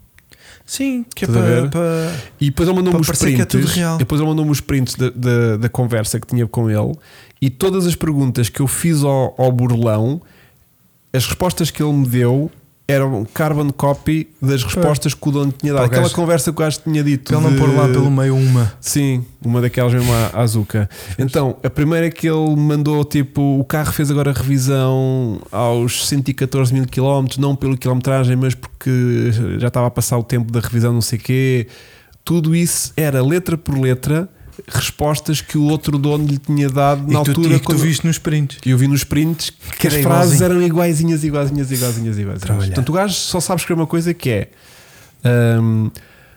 Sim, que é Estás a para, ver? para. E depois ele mandou-me Para os parecer que é prints. tudo real. Depois ele mandou-me os prints da, da, da conversa que tinha com ele e todas as perguntas que eu fiz ao, ao burlão, as respostas que ele me deu eram carbon copy das respostas que o dono tinha dado. Para o Aquela gajo- conversa que o gajo tinha dito. Para ele não de- pôr lá pelo meio uma. Sim, uma daquelas mesmo à, à Azuca. Então, a primeira é que ele mandou, tipo, o carro fez agora revisão aos cento e catorze mil quilómetros, não pela quilometragem, mas porque já estava a passar o tempo da revisão, não sei o quê. Tudo isso era letra por letra respostas que o outro dono lhe tinha dado E na que tu, altura. e que tu quando viste nos prints. eu vi nos prints que, Que as era frases igualzinho. eram iguaizinhas, iguaizinhas, iguaizinhas, iguaizinhas. Trabalhar. Portanto, o gajo só sabe escrever uma coisa que é hum,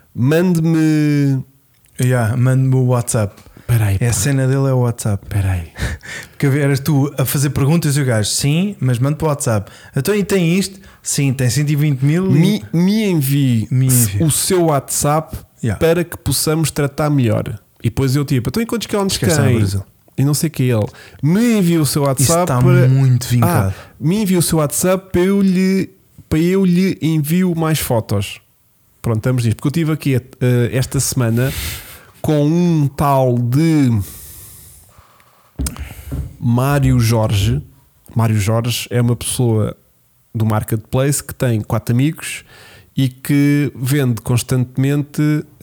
mande-me. Yeah, mande-me o WhatsApp. Peraí, É a cena dele é o WhatsApp. peraí. Porque eras tu a fazer perguntas e o gajo, sim, mas manda para o WhatsApp. Então e tem isto? Sim, tem cento e vinte mil. E... Me, me envie Me envie. o seu WhatsApp Yeah. para que possamos tratar melhor. E depois eu tipo, então em quantos quilómetros Esquece no tem? Brasil. E não sei o que ele. Me envie o seu Isso WhatsApp está para... muito vincado. Ah, me envie o seu WhatsApp para eu lhe, para eu lhe envio mais fotos. Pronto, estamos nisto. Porque eu estive aqui uh, esta semana com um tal de Mário Jorge. Mário Jorge é uma pessoa do marketplace que tem quatro amigos e que vende constantemente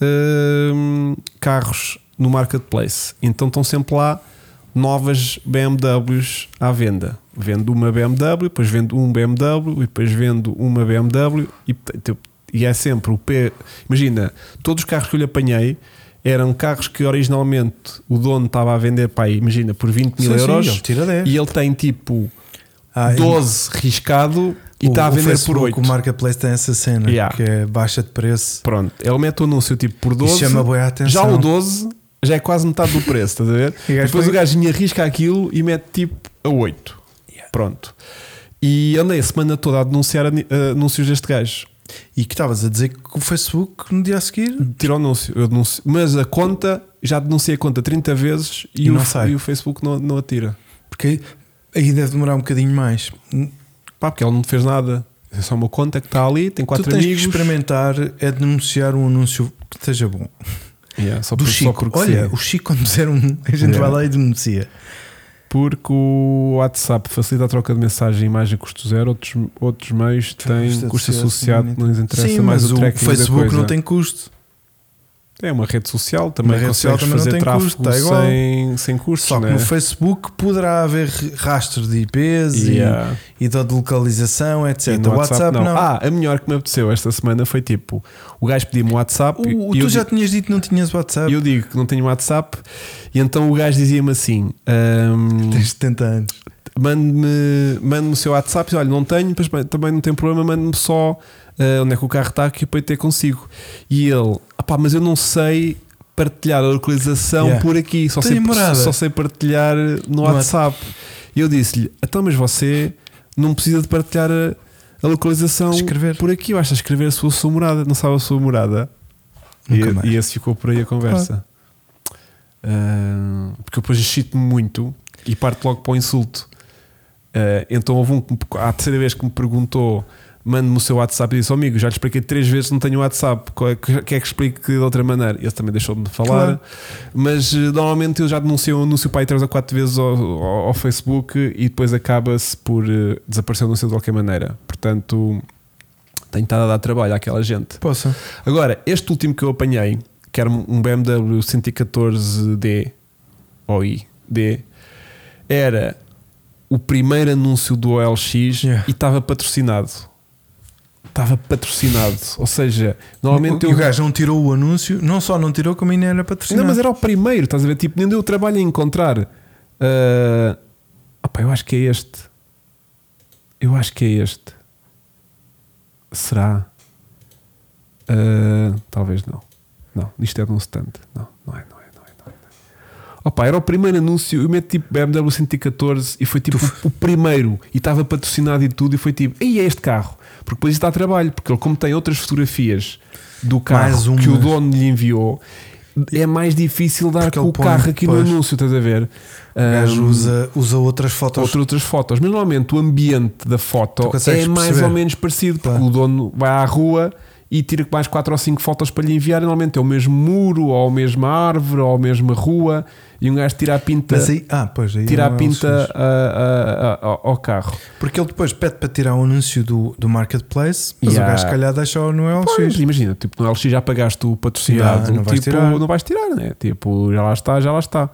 hum, carros no marketplace. Então estão sempre lá novas B M Ws à venda. Vendo uma B M W, depois vendo um B M W e depois vendo uma B M W e, e é sempre o P. Imagina, todos os carros que eu lhe apanhei eram carros que originalmente o dono estava a vender, pá, imagina, por vinte mil Sim, sim, euros ele tira dez. e ele tem tipo Ah, e- doze riscado e o- está a o vender por Facebook, oito. O Marketplace tem essa cena Yeah. que é baixa de preço. Pronto, ele mete o anúncio tipo por doze. Isso chama boa atenção. Já o doze já é quase metade do preço, estás a ver? E o gajo Depois põe- o gajinho arrisca aquilo e mete tipo a oito. Yeah. Pronto. E andei a semana toda a denunciar ani- anúncios deste gajo. E que estavas a dizer que o Facebook no dia a seguir Tira o anúncio, eu denuncio. Mas a conta, já denunciei a conta trinta vezes e, E o, não sai. e o Facebook não, não atira. porque aí deve demorar um bocadinho mais. Pá, porque ele não fez nada. É só uma conta que está ali, tem quatro tu tens amigos. que experimentar é denunciar um anúncio que esteja bom. Yeah, só Do por- só Chico. porque Olha, sim. o Chico quando fizer um, a gente Yeah. vai lá e denuncia. Porque o WhatsApp facilita a troca de mensagem e imagem custo zero, outros, outros meios têm Custo custo associado, associado, não lhes interessa Sim, mais mas o o tracking da Facebook coisa. não tem custo. É uma rede social, também Uma rede social consegues também não fazer tem tráfego custo, está igual. sem, sem custos, Só que né? no Facebook poderá haver rastros de I Ps Yeah. e, e da localização, E etcétera. no O WhatsApp, não. Ah, a melhor que me apeteceu esta semana foi tipo: o gajo pediu-me o WhatsApp O- e tu eu, já di- tinhas dito que não tinhas WhatsApp. eu digo que não tenho WhatsApp, e então o gajo dizia-me assim: ahm, Tens setenta anos. mande-me mande o seu WhatsApp. E, olha, não tenho, mas bem, também não tem problema, mande-me só ah, onde é que o carro está, que eu para ter consigo. E ele: ah pá, mas eu não sei partilhar a localização Yeah. por aqui, só Tem sei, morada. só sei partilhar no WhatsApp. E eu disse-lhe: então, mas você não precisa de partilhar a, a localização Escrever. por aqui, basta escrever a sua, sua morada, não sabe a sua morada. Nunca E, mais. e esse ficou por aí a conversa. Ah, porque eu depois excito-me muito e parto logo para o insulto. Ah, então houve um que me, a terceira vez que me perguntou: mande-me o seu WhatsApp, e disse: oh, amigo, já lhe expliquei três vezes que não tenho WhatsApp, quer que explique de outra maneira? Ele também deixou-me de falar. Claro. Mas eh, normalmente eu já denuncio o anúncio para aí três ou quatro vezes ao, ao, ao Facebook e depois acaba-se por uh, desaparecer o anúncio de qualquer maneira. Portanto, Tenho estado a dar trabalho àquela gente. Posso. Agora, este último que eu apanhei, que era um B M W cento e catorze D ou I D, era o primeiro anúncio do O L X Yeah. e estava patrocinado. Estava patrocinado. Ou seja, normalmente E eu... o gajo não tirou o anúncio, não só não tirou, como ainda era patrocinado. Não, mas era o primeiro, estás a ver? Tipo, nem deu o trabalho em encontrar. Uh... Opa, eu acho que é este. Eu acho que é este. Será? Uh... Talvez não. Não, isto é de um stand. Não, não é, não é, não é. Não é. Opa, era o primeiro anúncio. Eu meto tipo B M W cento e catorze e foi tipo o, o primeiro. E estava patrocinado e tudo. E foi tipo, e é este carro. Porque depois está a trabalho. Porque ele, como tem outras fotografias do carro que o dono lhe enviou, é mais difícil dar porque com o põe, carro aqui pois. no anúncio. Estás a ver? O gajo um, usa, usa outras fotos. Outra, outras fotos. Mas normalmente o ambiente da foto é mais perceber. ou menos parecido. Porque claro. o dono vai à rua e tira mais quatro ou cinco fotos para lhe enviar. Normalmente é o mesmo muro, ou a mesma árvore, ou a mesma rua. E um gajo tira a pinta, Mas aí, ah, pois, aí tira a pinta a, a, a, ao carro. Porque ele depois pede para tirar o anúncio do, do Marketplace, mas yeah. o gajo se calhar deixa no L X. Pois, imagina, tipo, no L X já pagaste o patrocinado, yeah, não, tipo, vais tirar. não vais tirar, né? Tipo, já lá está, já lá está.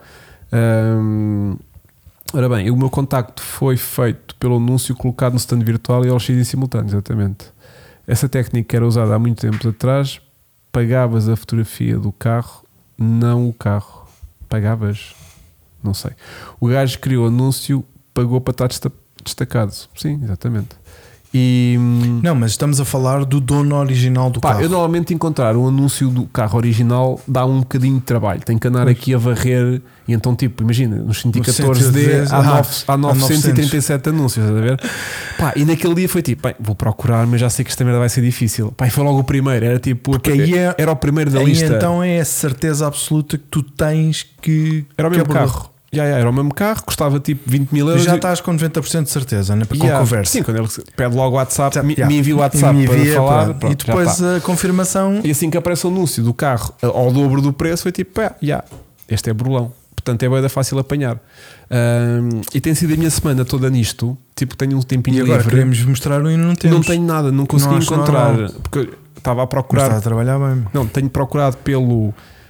Hum, ora bem, o meu contacto foi feito pelo anúncio colocado no stand virtual e L X em simultâneo, exatamente. Essa técnica era usada há muito tempo atrás. Pagavas a fotografia do carro, não o carro. Pagavas? Não sei. O gajo criou o anúncio, pagou para estar destacado. Sim, exatamente. E, não, mas estamos a falar do dono original do pá, carro. Eu normalmente encontrar o anúncio do carro original dá um bocadinho de trabalho. Tenho que andar pois. aqui a varrer. E então, tipo, imagina, nos cento e catorze D há, há novecentos e trinta e sete anúncios, estás a ver? Pá, e naquele dia foi tipo, bem, vou procurar, mas já sei que esta merda vai ser difícil. Pá, e foi logo o primeiro. Era tipo, porque aí é, era o primeiro da aí lista. Então é a certeza absoluta que tu tens que. Era o mesmo que carro. Yeah, yeah, era o mesmo carro, custava tipo vinte mil euros. E já estás com noventa por cento de certeza, né? Com yeah, conversa. Sim, quando ele pede logo o WhatsApp, yeah. me, yeah. me envia o WhatsApp me envia, para falar. Para... Pronto, e depois a confirmação. E assim que aparece o anúncio do carro ao dobro do preço, foi tipo, pá, yeah, este é burlão. Portanto, é bem fácil apanhar. Um, e tem sido a minha semana toda nisto. Tipo, tenho um tempinho e agora livre. Queremos mostrar e não temos. Não tenho nada, não consegui não encontrar. Normal. Porque estava a procurar. Mas está a trabalhar bem. Não, tenho procurado pelo.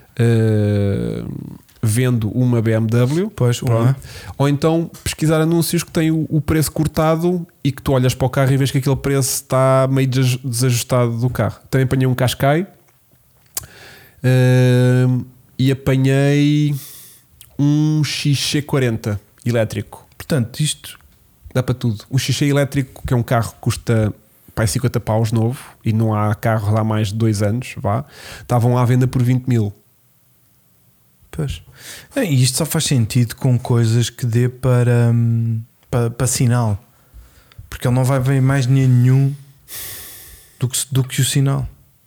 Uh, vendo uma B M W, pois, uma. Ou então pesquisar anúncios que têm o, o preço cortado e que tu olhas para o carro e vês que aquele preço está meio desajustado do carro. Também apanhei um Qashqai uh, e apanhei um X C quarenta elétrico. Portanto, isto dá para tudo. O X C elétrico, que é um carro que custa pá, cinquenta paus novo e não há carro há mais de dois anos, vá, estavam à venda por vinte mil. Pois. E isto só faz sentido com coisas que dê para, para, para sinal, porque ele não vai ver mais dinheiro nenhum do que, do que o sinal.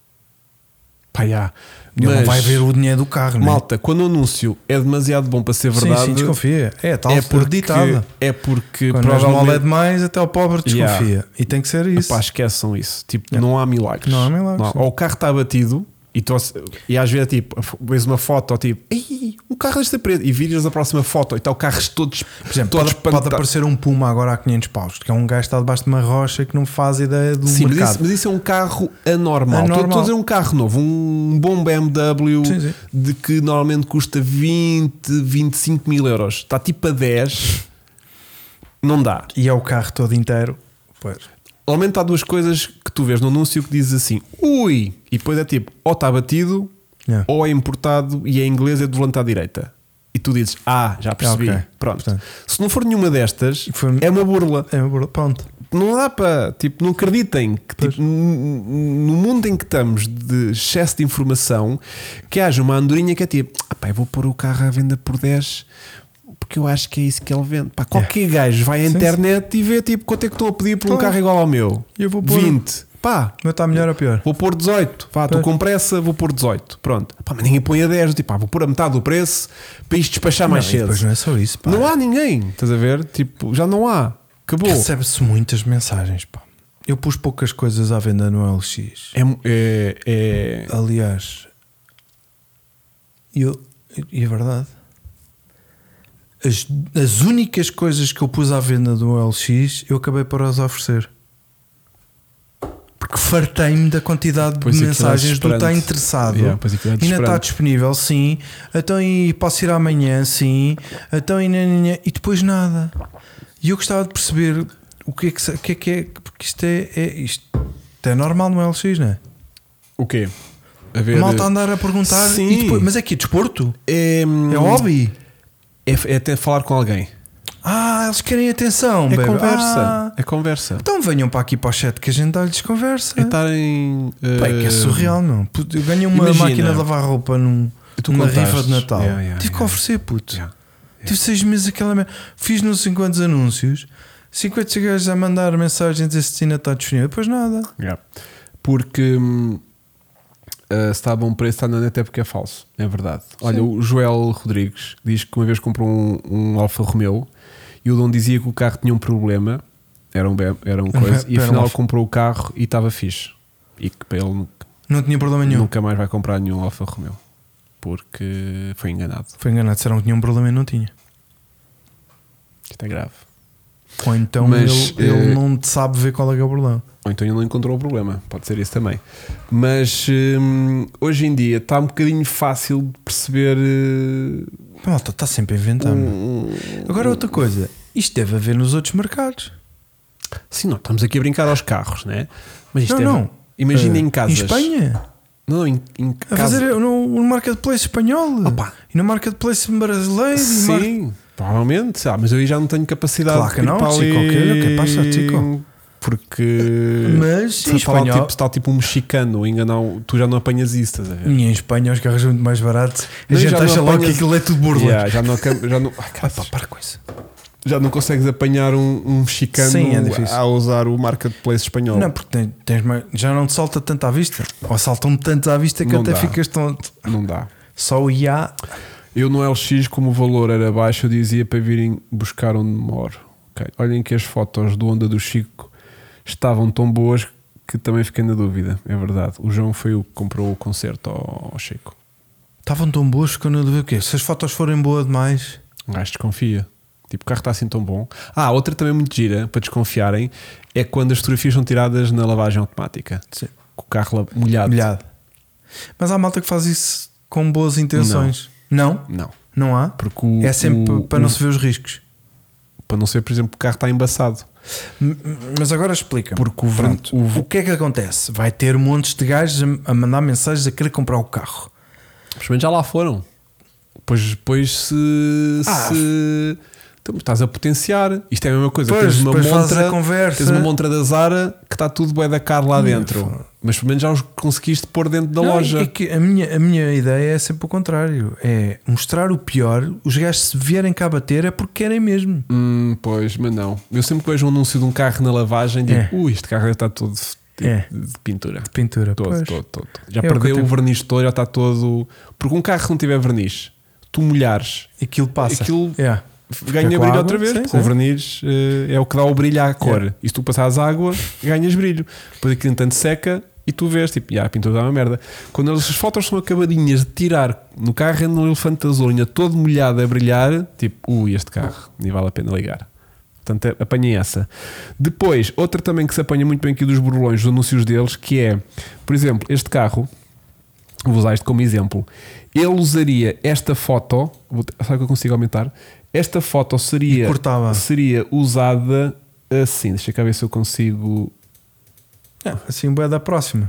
Pá, já. Ele não vai ver o dinheiro do carro. Malta, né? quando o anúncio é demasiado bom para ser verdade, sim, sim, desconfia. É tal é por ditada. É porque quando provavelmente é demais, até o pobre desconfia. Yeah. E tem que ser isso. Epá, esqueçam isso. Tipo, yeah. não há milagres. Não há milagres. Não. Ou o carro está batido. E, tu, e às vezes tipo, vês uma foto ou tipo, ei, o carro está preto, e viras a próxima foto e está o carro todos, por exemplo, todos pode, pode aparecer um Puma agora a quinhentos paus, que é um gajo que está debaixo de uma rocha que não faz ideia do sim, mercado. Mas isso, mas isso é um carro anormal. Estou a dizer um carro novo, um bom B M W sim, sim. de que normalmente custa vinte, vinte e cinco mil euros. Está tipo a dez, não dá. E é o carro todo inteiro, pois. Normalmente há duas coisas que tu vês no anúncio que dizes assim, ui, e depois é tipo, ou está batido, yeah. ou é importado e é inglês, é do volante à direita. E tu dizes, ah, já percebi. Okay. Pronto. Portanto, se não for nenhuma destas, foi... é uma burla. É uma burla, pronto. Não dá para, tipo, não acreditem que tipo, no mundo em que estamos de excesso de informação, que haja uma andorinha que é tipo, ah, pá, eu vou pôr o carro à venda por dez, porque eu acho que é isso que ele vende. Pá, qualquer yeah. gajo vai à sim, internet sim. e vê tipo quanto é que estou a pedir por claro. um carro igual ao meu. Eu vou pôr vinte. Pá, mas está melhor ou pior? Vou pôr dezoito. Pá, estou com pressa, vou pôr dezoito. Pronto. Pá, mas ninguém põe a dez. Tipo, pá, vou pôr a metade do preço para isto despachar não, mais cedo. Depois não é só isso. Pá. Não há ninguém. Estás a ver? Tipo, já não há. Acabou. Recebe-se muitas mensagens. Pá. Eu pus poucas coisas à venda no L X. É. é, é... Aliás, eu, e é verdade. As, as únicas coisas que eu pus à venda do L X eu acabei por as oferecer, Porque fartei-me da quantidade Pois de aquilo é mensagens do está desesperante. interessado. Yeah, pois aquilo é Ainda está desesperante. disponível, sim. Então e posso ir amanhã, sim. Então e, nananã, e depois nada. E eu gostava de perceber o que é que, se- o que, é, que é, porque isto é, é isto é normal no L X, não é? O quê? A ver, A malta a andar a perguntar, Sim. e depois, mas é que desporto? é, É hobby? É, é até falar com alguém. Ah, eles querem atenção, É baby. conversa. Ah, É conversa. então venham para aqui para o chat que a gente dá-lhes conversa. É estarem. Pá, é que é surreal, não. Puto, eu ganhei uma imagina. máquina de lavar roupa num, Tu numa contaste. rifa de Natal. Yeah, yeah, Tive que yeah, oferecer, puto. Yeah, yeah. Tive seis meses aquela merda. Fiz nos cinquenta anúncios, cinquenta gajos a mandar mensagens a dizer se ainda está disponível. Depois nada. Yeah. Porque hum, uh, se está a bom preço, está na net é porque é falso. É verdade. Olha, o Joel Rodrigues diz que uma vez comprou um, um Alfa Romeo e o dono dizia que o carro tinha um problema. Era um, be- era um coisa. E Era um afinal Alfa. comprou o carro e estava fixe. E que para ele nunca, Não tinha problema nenhum. nunca mais vai comprar nenhum Alfa Romeo. Porque foi enganado. Foi enganado. Disseram que tinha um problema e não tinha. Isto é grave. Ou então Mas, ele, ele eh, não sabe ver qual é que é o problema. Ou então ele não encontrou o problema, pode ser isso também. Mas hum, hoje em dia está um bocadinho fácil de perceber. uh, A malta está sempre a inventar. meu. um- Agora outra coisa. Isto deve haver nos outros mercados. Sim, não, estamos aqui a brincar aos carros, né? Mas isto Não, deve- não. Imagina Eh, em casas. Em Espanha. Não, em, em A casa. fazer no, no marketplace espanhol. Opa. E no marketplace brasileiro. e mar- Sim, provavelmente, sabe, mas eu aí já não tenho capacidade Claro que de ir não, para chico, ali, que- que passa, chico. Porque Mas se em falar espanhol. tipo, está tipo um mexicano a enganar, o- tu já não apanhas isso, estás a ver? E em Espanha os carros são muito mais baratos. A Não, gente já não acha logo que apanhas- aquilo é tudo burla. Yeah, já não, já não, ai, Ah, caraças. pá, para com isso. Já não consegues apanhar um, um mexicano Sim, é difícil. a usar o marketplace espanhol. Não, porque tens, tens mais- já não te salta tanto à vista. Ou saltam tanto à vista que Não até dá. ficas tonto. Não dá. Só o I A. Eu no L X, como o valor era baixo, eu dizia para virem buscar onde moro. Ok. Olhem que as fotos do Honda do Chico estavam tão boas que também fiquei na dúvida. É verdade. O João foi o que comprou o concerto ao, ao Chico. Estavam tão boas que eu não devia o quê? Se as fotos forem boas demais. Um gajo desconfia. Tipo, o carro está assim tão bom. Ah, outra também muito gira, para desconfiarem, é quando as fotografias são tiradas na lavagem automática. Sim. Com o carro la- molhado. Molhado. Mas há malta que faz isso com boas intenções. Não? Não. Não há? Porque o, É sempre o- para não o- se ver os riscos. para não ser, por exemplo, que o carro está embaçado. M- Mas agora explica. Porque o, ver- Pronto. o, O que é que acontece? Vai ter montes de gajos a a mandar mensagens a querer comprar o carro. Pelo menos já lá foram. Depois, depois se, Ah. se então, estás a potenciar. Isto é a mesma coisa. Pois, tens uma depois fazes montra, a conversa. tens uma montra da Zara que está tudo bué da caro lá Não, dentro. foda. Mas pelo menos já os conseguiste pôr dentro da Não, loja. é que a, minha, a minha ideia é sempre o contrário. É mostrar o pior. Os gajos, se vierem cá bater, é porque querem mesmo. Hum, pois, mas não. Eu sempre que vejo um anúncio de um carro na lavagem, digo: É. ui, este carro já está todo de, É. de pintura. De pintura. Todo, Pois. todo, todo. Já É o que eu perdeu o, tenho. verniz todo, já está todo. Porque um carro que não tiver verniz, tu molhares, Aquilo passa. Aquilo- É. ganha com brilho água, outra vez. sim, porque sim. o verniz eh, é o que dá o brilho à cor. Yeah. E se tu passares água, ganhas brilho. Depois aquilo entanto seca e tu vês, tipo, já, a pintura dá uma merda. Quando as fotos são acabadinhas de tirar no carro, é no elefante azul, ainda todo molhado a brilhar, tipo, ui, este carro, nem vale a pena ligar. Portanto, é- apanhem essa. Depois, outra também que se apanha muito bem aqui dos borbolões, dos anúncios deles, que é, por exemplo, este carro, vou usar isto como exemplo, ele usaria esta foto, vou, sabe o que eu consigo aumentar? Esta foto seria, E cortava. seria usada assim, deixa cá ver se eu consigo. É, assim, bué da próxima.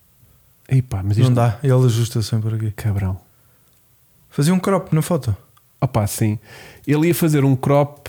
Epá, mas isto Não dá. Ele ajusta sempre aqui. cabrão. Fazia um crop na foto. Opá, sim. Ele ia fazer um crop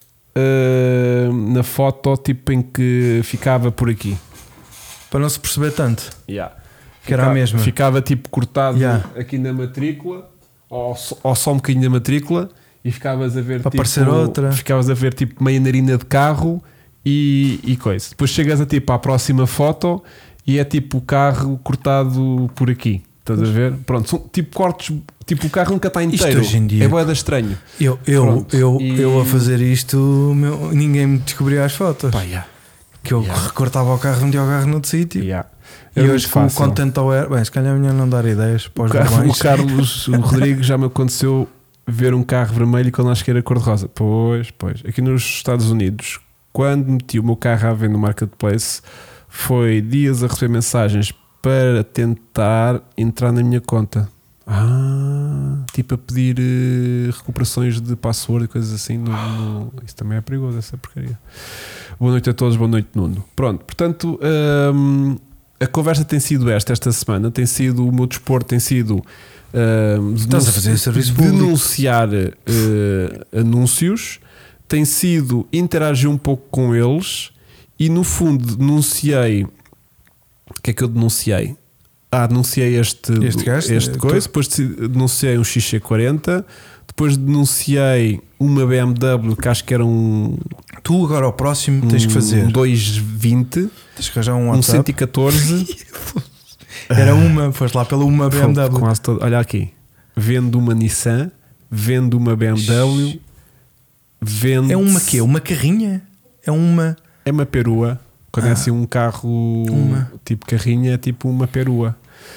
ah, na foto tipo em que ficava por aqui. Para não se perceber tanto. Yeah. Que era a Ficava- mesma. Ficava tipo cortado Yeah. aqui na matrícula, ou, só- ou só um bocadinho da matrícula, e ficavas a ver Para tipo, aparecer outra. ficavas a ver tipo meia narina de carro e, e coisa. Depois chegas a tipo à próxima foto e é tipo o carro cortado por aqui. Estás a ver? Pronto, são tipo cortes, tipo o carro nunca está inteiro. hoje em dia- É boeda estranho. Eu, eu, Pronto. eu, E- eu a fazer isto, meu, ninguém me descobria as fotos. Pá, yeah. Que eu Yeah. recortava o carro, metia o carro noutro sítio. Yeah. E É hoje muito com o fácil. Content Aware. Bem, se calhar amanhã não dar ideias para os O, Car- barbões. o Carlos o Rodrigo já me aconteceu ver um carro vermelho quando acho que era cor-de-rosa. Pois, pois. Aqui nos Estados Unidos, quando meti o meu carro à venda no Marketplace, foi dias a receber mensagens para tentar entrar na minha conta. Ah, tipo a pedir uh, recuperações de password e coisas assim. No, no... Isso também é perigoso, essa porcaria. Boa noite a todos, boa noite, Nuno. Pronto, portanto, um, a conversa tem sido esta, esta semana. Tem sido, o meu desporto tem sido um, Estás a fazer serviço público. denunciar uh, anúncios, tem sido interagir um pouco com eles e, no fundo, denunciei. O que é que eu denunciei? Ah, denunciei este, este, gajo, este coisa, depois denunciei um X C quarenta, depois denunciei uma B M W que acho que era um. Tu agora ao próximo tens um que fazer um duzentos e vinte, tens que arranjar um um WhatsApp. cento e catorze. Era uma, foste lá pela uma B M W. Quase todo, olha aqui, vendo uma Nissan, vendo uma B M W, vendo. É uma quê? Uma carrinha? É uma. É uma perua. Quando Ah, é assim um carro uma. tipo carrinha, é tipo uma perua.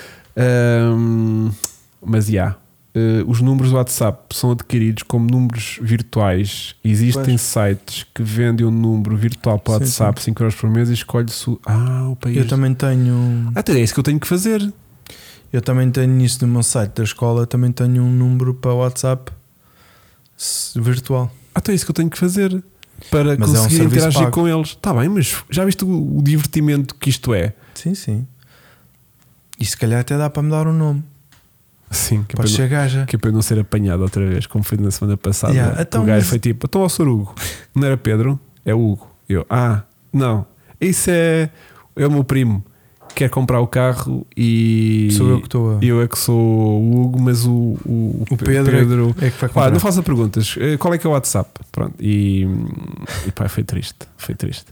Um, mas já, yeah, uh, os números do WhatsApp são adquiridos como números virtuais. Existem Pois. sites que vendem um número virtual para o Sim, WhatsApp, sim. cinco euros por mês, e escolhe-se o, ah, o país. Eu também tenho. Ah, então é isso que eu tenho que fazer. Eu também tenho isso no meu site da escola. Também tenho um número para o WhatsApp virtual. Ah, então é isso que eu tenho que fazer para Mas é um conseguir serviço interagir pago. com eles. Está bem, mas já viste o, o divertimento que isto é? Sim, sim. E se calhar até dá para me dar um nome. Sim, que é, para Pode não, ser gaja. que é para eu não ser apanhado outra vez, como foi na semana passada. Yeah, Que então, o gajo mas- foi tipo, então ao senhor Hugo, não era Pedro? É o Hugo. Eu, ah, não, isso é, é o meu primo, quer comprar o carro e Sou eu que estou a. eu é que sou o Hugo, mas o, o, O Pedro é que vai Pá, comprar. não faça perguntas. Eh, Qual é que é o WhatsApp? Pronto. E, e pá, foi triste. Foi triste.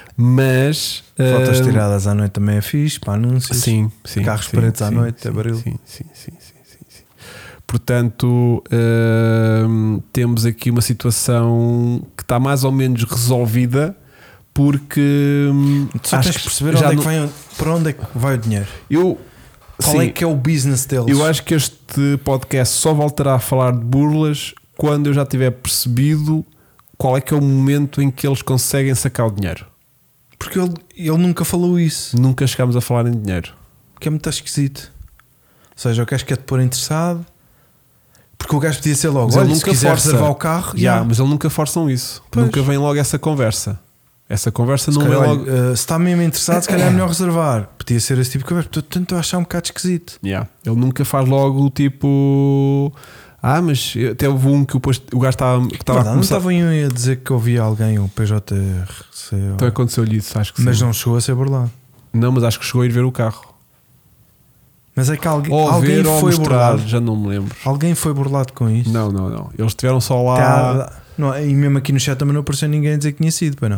Mas. Fotos ah, tiradas à noite também é fixe, para anúncios. Sim, sim. Carros sim, pretos à sim, noite, sim, é baril. Sim, sim, sim, sim, sim, sim. Portanto, hum, temos aqui uma situação que está mais ou menos resolvida, porque hum, Tu só acho tens que perceber já onde é não- que vai, para onde é que vai o dinheiro. eu, Qual sim, é que é o business deles? eu acho que este podcast só voltará a falar de burlas quando eu já tiver percebido qual é que é o momento em que eles conseguem sacar o dinheiro. Porque ele, ele nunca falou isso. Nunca chegámos a falar em dinheiro. Que é muito esquisito. Ou seja, o gajo quer te pôr interessado. Porque o gajo podia ser logo. Mas ele Olha, se nunca quiser força. reservar o carro, Já, já. mas eles nunca forçam isso. Pois. Nunca vem logo essa conversa. Essa conversa Se não vem calhar, logo. olha, uh, se está mesmo interessado, se calhar é melhor reservar. Podia ser esse tipo de conversa. Portanto, estou a achar um bocado esquisito. Yeah. Ele nunca faz logo tipo. Ah, mas até houve um que o, posto, o gajo estava que estava a Verdade, não começar. estavam aí a dizer que ouvia alguém, o P J R C. Então aconteceu-lhe isso, acho que Mas sim. não chegou a ser burlado. Não, mas acho que chegou a ir ver o carro. Mas é que alguém, Ou alguém ver ou foi mostrar, burlado. já não me lembro. Alguém foi burlado com isto. Não, não, não. Eles estiveram só lá. Tá- não, e mesmo aqui no chat também não apareceu ninguém a dizer que tinha sido, pois não.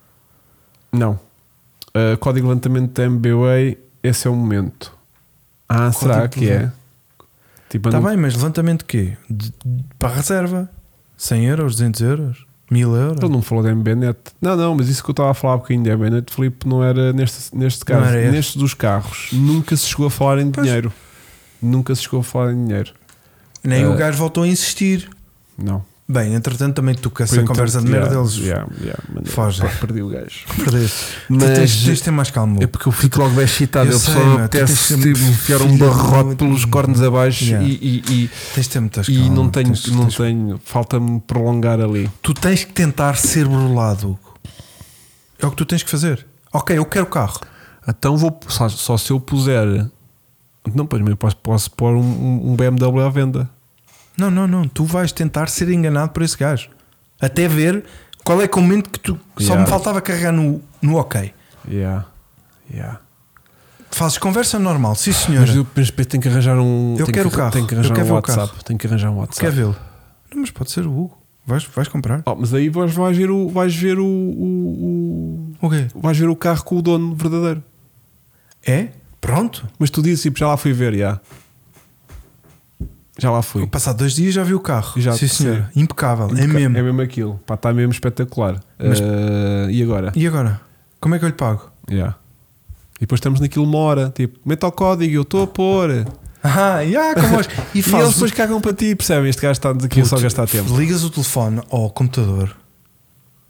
Não. Uh, código de levantamento da M B W A, esse é o momento. Ah, será tipo que de é? Tipo, Está não- bem, mas levantamento de quê? De- de- para a reserva? cem euros, duzentos euros? mil euros? Ele não falou da M B Net. Não, não, mas isso que eu estava a falar um bocadinho da M B Net, Filipe, não era neste, neste Não caso. era este. Neste dos carros, nunca se chegou a falar em Pois. dinheiro. Nunca se chegou a falar em dinheiro. Nem Ah. o gajo voltou a insistir. Não. Bem, entretanto também tu com essa Foi conversa de inter- merda yeah, deles yeah, yeah, mas- foge. pá, perdi o gajo. perdeste. Mas Tu tens, tens de ter mais calma. é porque eu fico logo bem excitado. Eu Eu sei, só meu, tu apetece tens de ser tipo, enfiar um filho barrote de- pelos cornos abaixo Yeah. e, e, e, Tens de ter muitas e calma. não tenho, Tens- não tens- tenho, falta-me prolongar ali. Tu tens que tentar ser burlado, Hugo. É o que tu tens que fazer. Ok, eu quero o carro. Então vou só, só se eu puser. Não, pois eu posso, posso pôr um, um B M W à venda. Não, não, não. Tu vais tentar ser enganado por esse gajo. Até ver qual é que é o momento que tu. Só Yeah. me faltava carregar no, no ok. Yeah. Yeah. Fazes conversa normal, sim senhora. Mas eu mas depois tenho que arranjar um. Eu tenho quero que, o carro. Tenho que Eu arranjar quero um ver o WhatsApp. carro. Tenho que arranjar um WhatsApp. Quer vê-lo? Não, mas pode ser o Hugo. Vais, vais comprar. Oh, mas aí vais, vais ver o. Vais ver o, o, O quê? o. Vais ver o carro com o dono verdadeiro. É? Pronto. Mas tu dizes, tipo, já lá fui ver, já. Já lá fui. Passado dois dias já vi o carro. Já, sim senhora. Impecável. Impeca- É mesmo. É mesmo aquilo. Pá, está mesmo espetacular. Mas- Eh, e agora? E agora? Como é que eu lhe pago? Yeah. E depois estamos naquilo uma hora. Tipo, meta o código, eu estou a pôr. Ah, yeah, como hoje. E E fazes eles depois cagam para ti, percebem? Este gajo está-nos aqui a só Puto, gastar tempo. Ligas o telefone ao computador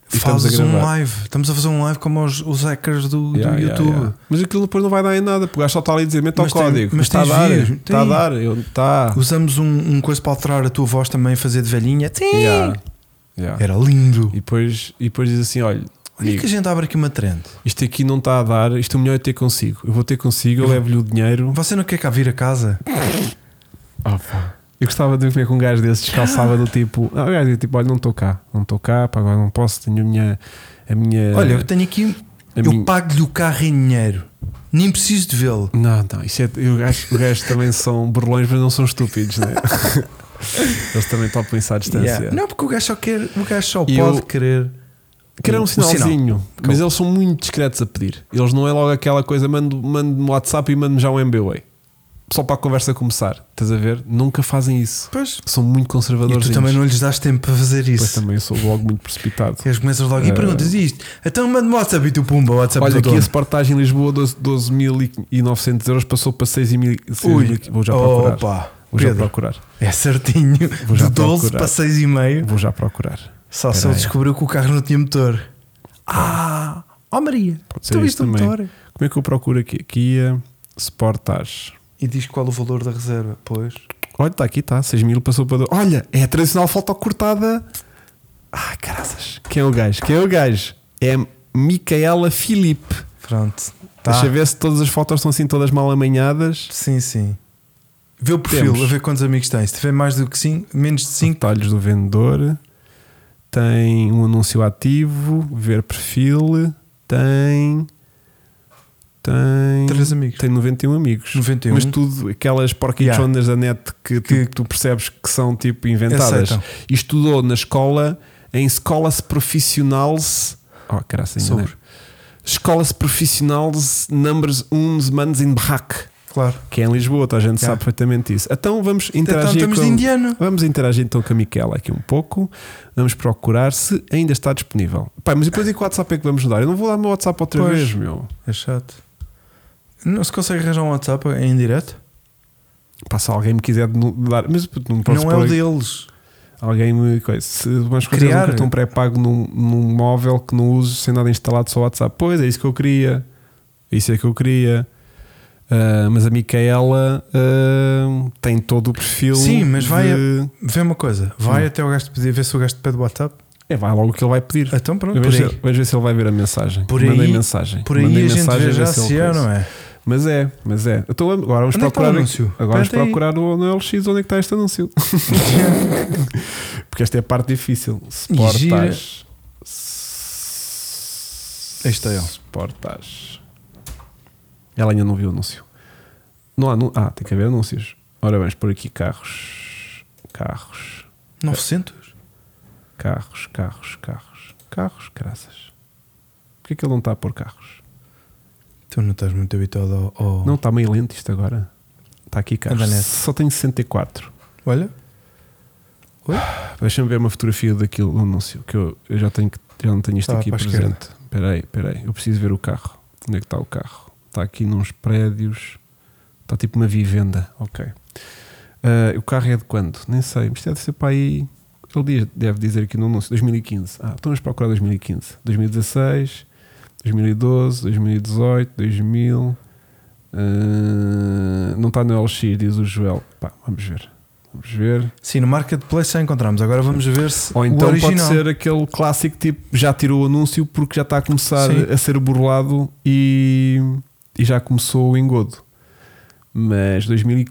E estamos a Fazes um gravar. live. Estamos a fazer um live como os, os hackers do, Yeah, do yeah, YouTube. yeah. Mas aquilo depois não vai dar em nada, porque o gajo só está ali a dizer: mete o Mas tem- código. mas está a tens dar, vídeos? está a Tem. dar. Eu, está. Usamos um, um coisa para alterar a tua voz também, fazer de velhinha. Sim. Yeah, yeah. Era lindo. E, depois, e depois diz assim: olha, Olha amigo, que a gente abre aqui uma trend. isto aqui não está a dar, isto o melhor é ter consigo. Eu vou ter consigo, eu levo-lhe o dinheiro. Você não quer cá vir a casa? Oh, pá. Eu gostava de ver com um gajo desses descalçava do tipo, ah, o gajo dizia tipo, olha, não estou cá, não estou cá, pá, agora não posso, tenho a minha. A minha Olha, eu tenho aqui. a Eu minha- pago-lhe o carro em dinheiro. Nem preciso de vê-lo. Não, não, isso é. Os gajos, os gajos também são burlões, mas não são estúpidos, né? Eles também estão a pensar à distância. Yeah. Não, porque o gajo só quer. O gajo só E pode eu- querer. Querer um o sinalzinho, sinal. mas eles são muito discretos a pedir. Eles não é logo aquela coisa, mando, mando no WhatsApp e mando já um M B W A. Só para a conversa começar. Estás a ver? Nunca fazem isso. Pois. São muito E conservadores. tu também não lhes dás tempo para fazer Pois isso. também sou logo muito precipitado. Eles começam logo Eh, e perguntas isto. Então manda-me WhatsApp e tu pumba, WhatsApp Olha, do aqui dono. a Sportage em Lisboa, doze mil e novecentos euros, passou para seis mil. Ui, Vou já procurar. opa, Vou já Pedro, procurar. é certinho. Vou já De doze procurar. para seis e meio. Vou já procurar. Só se Espera ele aí. descobriu que o carro não tinha motor. Ah, ó Maria, Pode ser tu isso viste o também. motor? Como é que eu procuro aqui? Kia Sportage. E diz qual o valor da reserva. Pois. Olha, está aqui, está. seis mil passou para. Olha, é a tradicional foto cortada. Ai, caraças. Quem é o gajo? Quem é o gajo? É Micaela Filipe. Pronto. Tá. Deixa ver se todas as fotos estão assim todas mal amanhadas. Sim, sim. Vê o perfil, Temos. a ver quantos amigos tem. Se tiver mais do que cinco, menos de cinco. Detalhes do vendedor. Tem um anúncio ativo. Ver perfil. Tem. Tem. Três amigos. Tem noventa e um amigos. noventa e um. Mas tudo, aquelas porquichonas da net que, Que- tu, tu percebes que são tipo inventadas. Aceitam. E estudou na escola, em escolas profissionais. Oh, caraca, Sobre. Escolas profissionais numbers uns manos in Brac, Claro. que é em Lisboa, toda a gente Yeah. sabe perfeitamente isso. Então vamos Então interagir estamos com. de indiano. Vamos interagir então com a Micaela aqui um pouco. Vamos procurar se ainda está disponível. Pai, mas depois em que WhatsApp é que vamos dar? Eu não vou dar o meu WhatsApp outra Pois. vez, meu. É chato. Não se consegue arranjar um WhatsApp em direto? Pá, se alguém me quiser no- dar, mas não posso Não é pôr o aqui. deles. Alguém me. Coisa, se vamos fazer Criar. um cartão pré-pago num, num móvel que não uso sem nada instalado, só WhatsApp. Pois é isso que eu queria. Isso é que eu queria. Ah, mas a Micaela ah, tem todo o perfil. Sim, mas vai de- Vê uma coisa. Vai Hum. até o gajo te pedir, ver se o gajo te pede o WhatsApp. É, vai logo o que ele vai pedir. Então pronto, Vamos por ver, aí. vamos ver se ele vai ver a mensagem. Por Mandei aí- mensagem. Por aí Mandei a gente mensagem vê já ver ele se é, coisa. não é? Mas é, mas é. Então agora vamos Onde é que está o procurar. anúncio? agora vamos Aperta aí. procurar no, no L X onde é que está este anúncio. Porque esta é a parte difícil. gira. Sportage. Aí está ele. Sportage. Ela ainda não viu o anúncio. Não há anu- Ah, tem que haver anúncios. Ora, vamos por aqui carros. Carros. novecentos? Carros, carros, carros. Carros, graças. Porquê é que ele não está a pôr carros? Tu não estás muito habituado ao. ao- Não, está meio lento isto agora. Está aqui carros. Anda nessa. Só tenho sessenta e quatro. Olha. Deixa-me ver uma fotografia daquilo do anúncio. Que eu, eu já, tenho, que- já não tenho isto Tá, aqui para a presente. Espera aí, espera aí. Eu preciso ver o carro. Onde é que está o carro? Está aqui nos prédios. Está tipo uma vivenda. Ok. Ah, o carro é de quando? Nem sei. Isto deve ser para aí. Ele diz, deve dizer aqui no anúncio dois mil e quinze. Ah, então vamos procurar dois mil e quinze. dois mil e dezasseis, dois mil e doze, dois mil e dezoito, dois mil. ah, não está no L X, diz o Joel. Pá, vamos ver. Vamos ver. Sim, no Marketplace já encontramos. Agora vamos ver se. Ou o então original. pode ser aquele clássico tipo já tirou o anúncio porque já está a começar Sim. a ser burlado e, e já começou o engodo. Mas dois mil e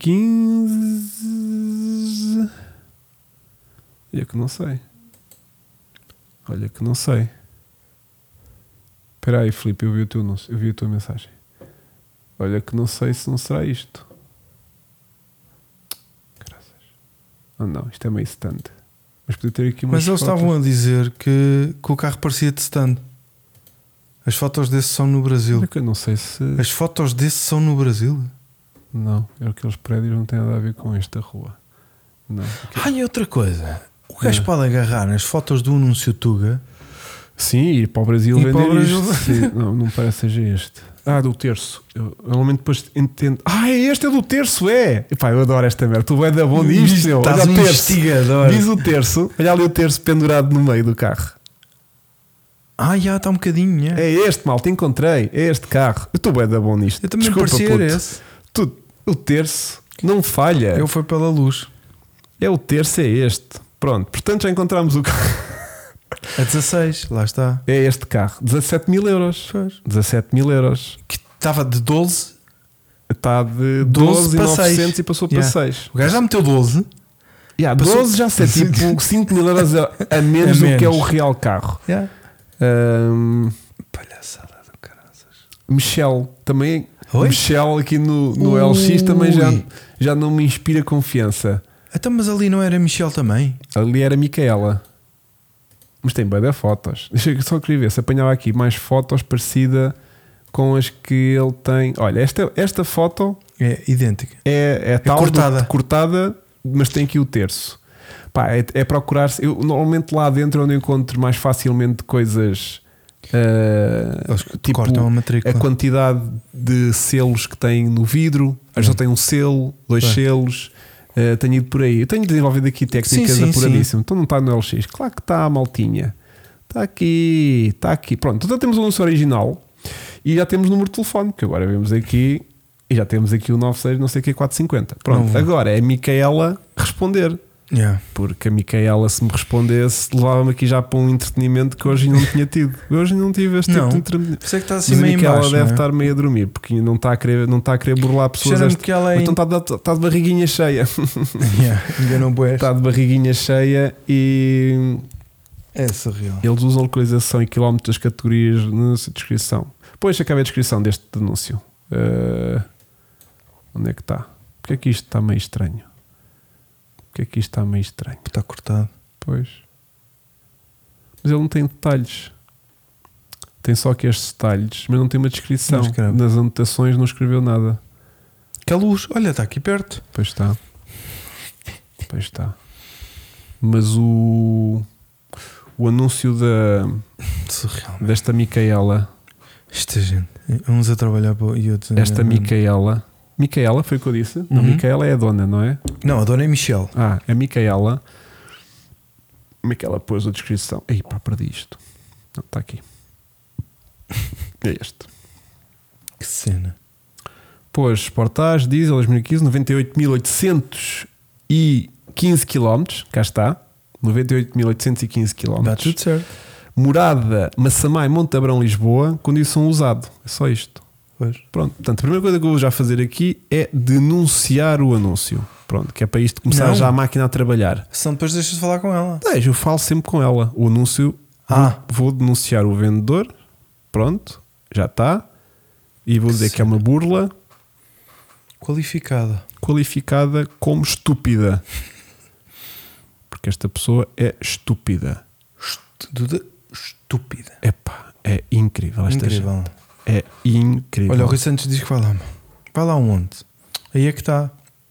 quinze. Olha que não sei. Olha que não sei. Espera aí, Filipe, eu vi o teu anúncio, eu vi a tua mensagem. Olha que não sei se não será isto. Graças. Ah não, isto é meio stand. Mas podia ter aqui umas Mas eles fotos. estavam a dizer que, que o carro parecia de stand. As fotos desse são no Brasil. Olha que eu não sei se. As fotos desse são no Brasil. Não, aqueles prédios não têm nada a ver com esta rua. Não. Aqui- Ah, e outra coisa. O gajo É. pode agarrar nas fotos do anúncio Tuga. Sim, ir para o Brasil Ir vender para o Brasil. isto. Sim, não, não parece seja este. Ah, do terço. Eu, eu normalmente depois entendo. Ah, este é do terço, é! Epá, eu adoro esta merda. Tu é da bom disto, meu. Estás Olha um o terço. investigador. Diz o terço. Olha ali o terço pendurado no meio do carro. Ah, já está um bocadinho. É, É este, malta, encontrei. É este carro. Eu estou bem da bom nisto. eu também Desculpa, parecia puto. esse. Tu, o terço não falha. Eu fui pela luz. É o terço, é este. Pronto, portanto já encontramos o carro. A dezasseis, lá está. É este carro. dezassete mil euros. Pois. dezassete mil euros. Que estava de doze. Está de doze doze mil e para novecentos seis. e passou Yeah. para seis. O gajo já meteu doze. Yeah, Passou- doze já sei, tipo cinco mil euros a, a menos A do que é menos. o real carro. Yeah. Ahm, Palhaçada do caraças. Michel, também. Oi? Michel aqui no, no L X também já, Ui. já não me inspira confiança. Então, mas ali não era Michel também? Ali era Micaela. Mas tem bem de fotos. Deixa eu só queria ver se apanhava aqui mais fotos parecida com as que ele tem. Olha, esta, esta foto É idêntica. é, é tal cortada. do- cortada, mas tem aqui o terço. Pá, é, é procurar-se. Eu normalmente lá dentro é onde eu encontro mais facilmente coisas. ah, Eles que tipo, cortam a matrícula. a quantidade de selos que tem no vidro. Eu só Hum. tenho um selo, dois Bem. selos. Uh, tenho ido por aí. Eu tenho desenvolvido aqui técnicas Sim, sim, apuradíssimas. Então não está no L X. Claro que está, maltinha. Está aqui, está aqui. Pronto, então temos o anúncio original e já temos o número de telefone, que agora vemos aqui e já temos aqui o nove seis não sei o que quatrocentos e cinquenta. Pronto, Não vou. agora é a Micaela responder. Yeah. Porque a Micaela, se me respondesse, levava-me aqui já para um entretenimento que hoje não tinha tido. Eu hoje não tive este Não. tipo de entretenimento. Por isso é que está assim Mas a meio Micaela embaixo, deve não é? estar meio a dormir, porque não está a querer, não está a querer burlar pessoas. Cheira-me Esta... que ela é. Então está, de- está de barriguinha cheia. Yeah, enganou bué. Está de barriguinha cheia e É surreal. eles usam localização e quilómetros das categorias na sua descrição. Pois acabei a descrição deste anúncio. Uh, onde é que está? Porque é que isto está meio estranho? Porque é que isto está meio estranho? Está cortado. Pois. Mas ele não tem detalhes. Tem só aqui estes detalhes, mas não tem uma descrição. Não escreve. Nas anotações não escreveu nada. Que a luz, olha, está aqui perto. Pois está. Pois está. Mas o o anúncio da, Surreal. desta Micaela, Esta gente. Uns a trabalhar para e outros a- esta Micaela, Micaela foi o que eu disse? Não, Uhum. Micaela é a dona, não é? Não, a dona é Michel. Ah, é Micaela. Micaela pôs a descrição. Ei, pá, perdi isto. Não, está aqui. É este. Que cena. Pôs Sportage, diesel dois mil e quinze, noventa e oito mil oitocentos e quinze quilómetros. Cá está. noventa e oito mil oitocentos e quinze Dá quilómetros. tudo certo. Morada Massamá, Montabrão, Lisboa. Condição usado. É só isto. Pois. Pronto. Portanto, a primeira coisa que eu vou já fazer aqui é denunciar o anúncio. Pronto. Que é para isto começar Não. já a máquina a trabalhar. Senão depois deixas de falar com ela. Deixa, eu falo sempre com ela. O anúncio, Ah. vou denunciar o vendedor. Pronto. Já está. E vou dizer que é uma burla Qualificada. qualificada como estúpida. Porque esta pessoa é estúpida. Estu- Estúpida. Epá, é incrível esta Incrível. gente. É incrível. Olha, o Rui Santos diz que vai lá. Vai lá onde? Aí é que está.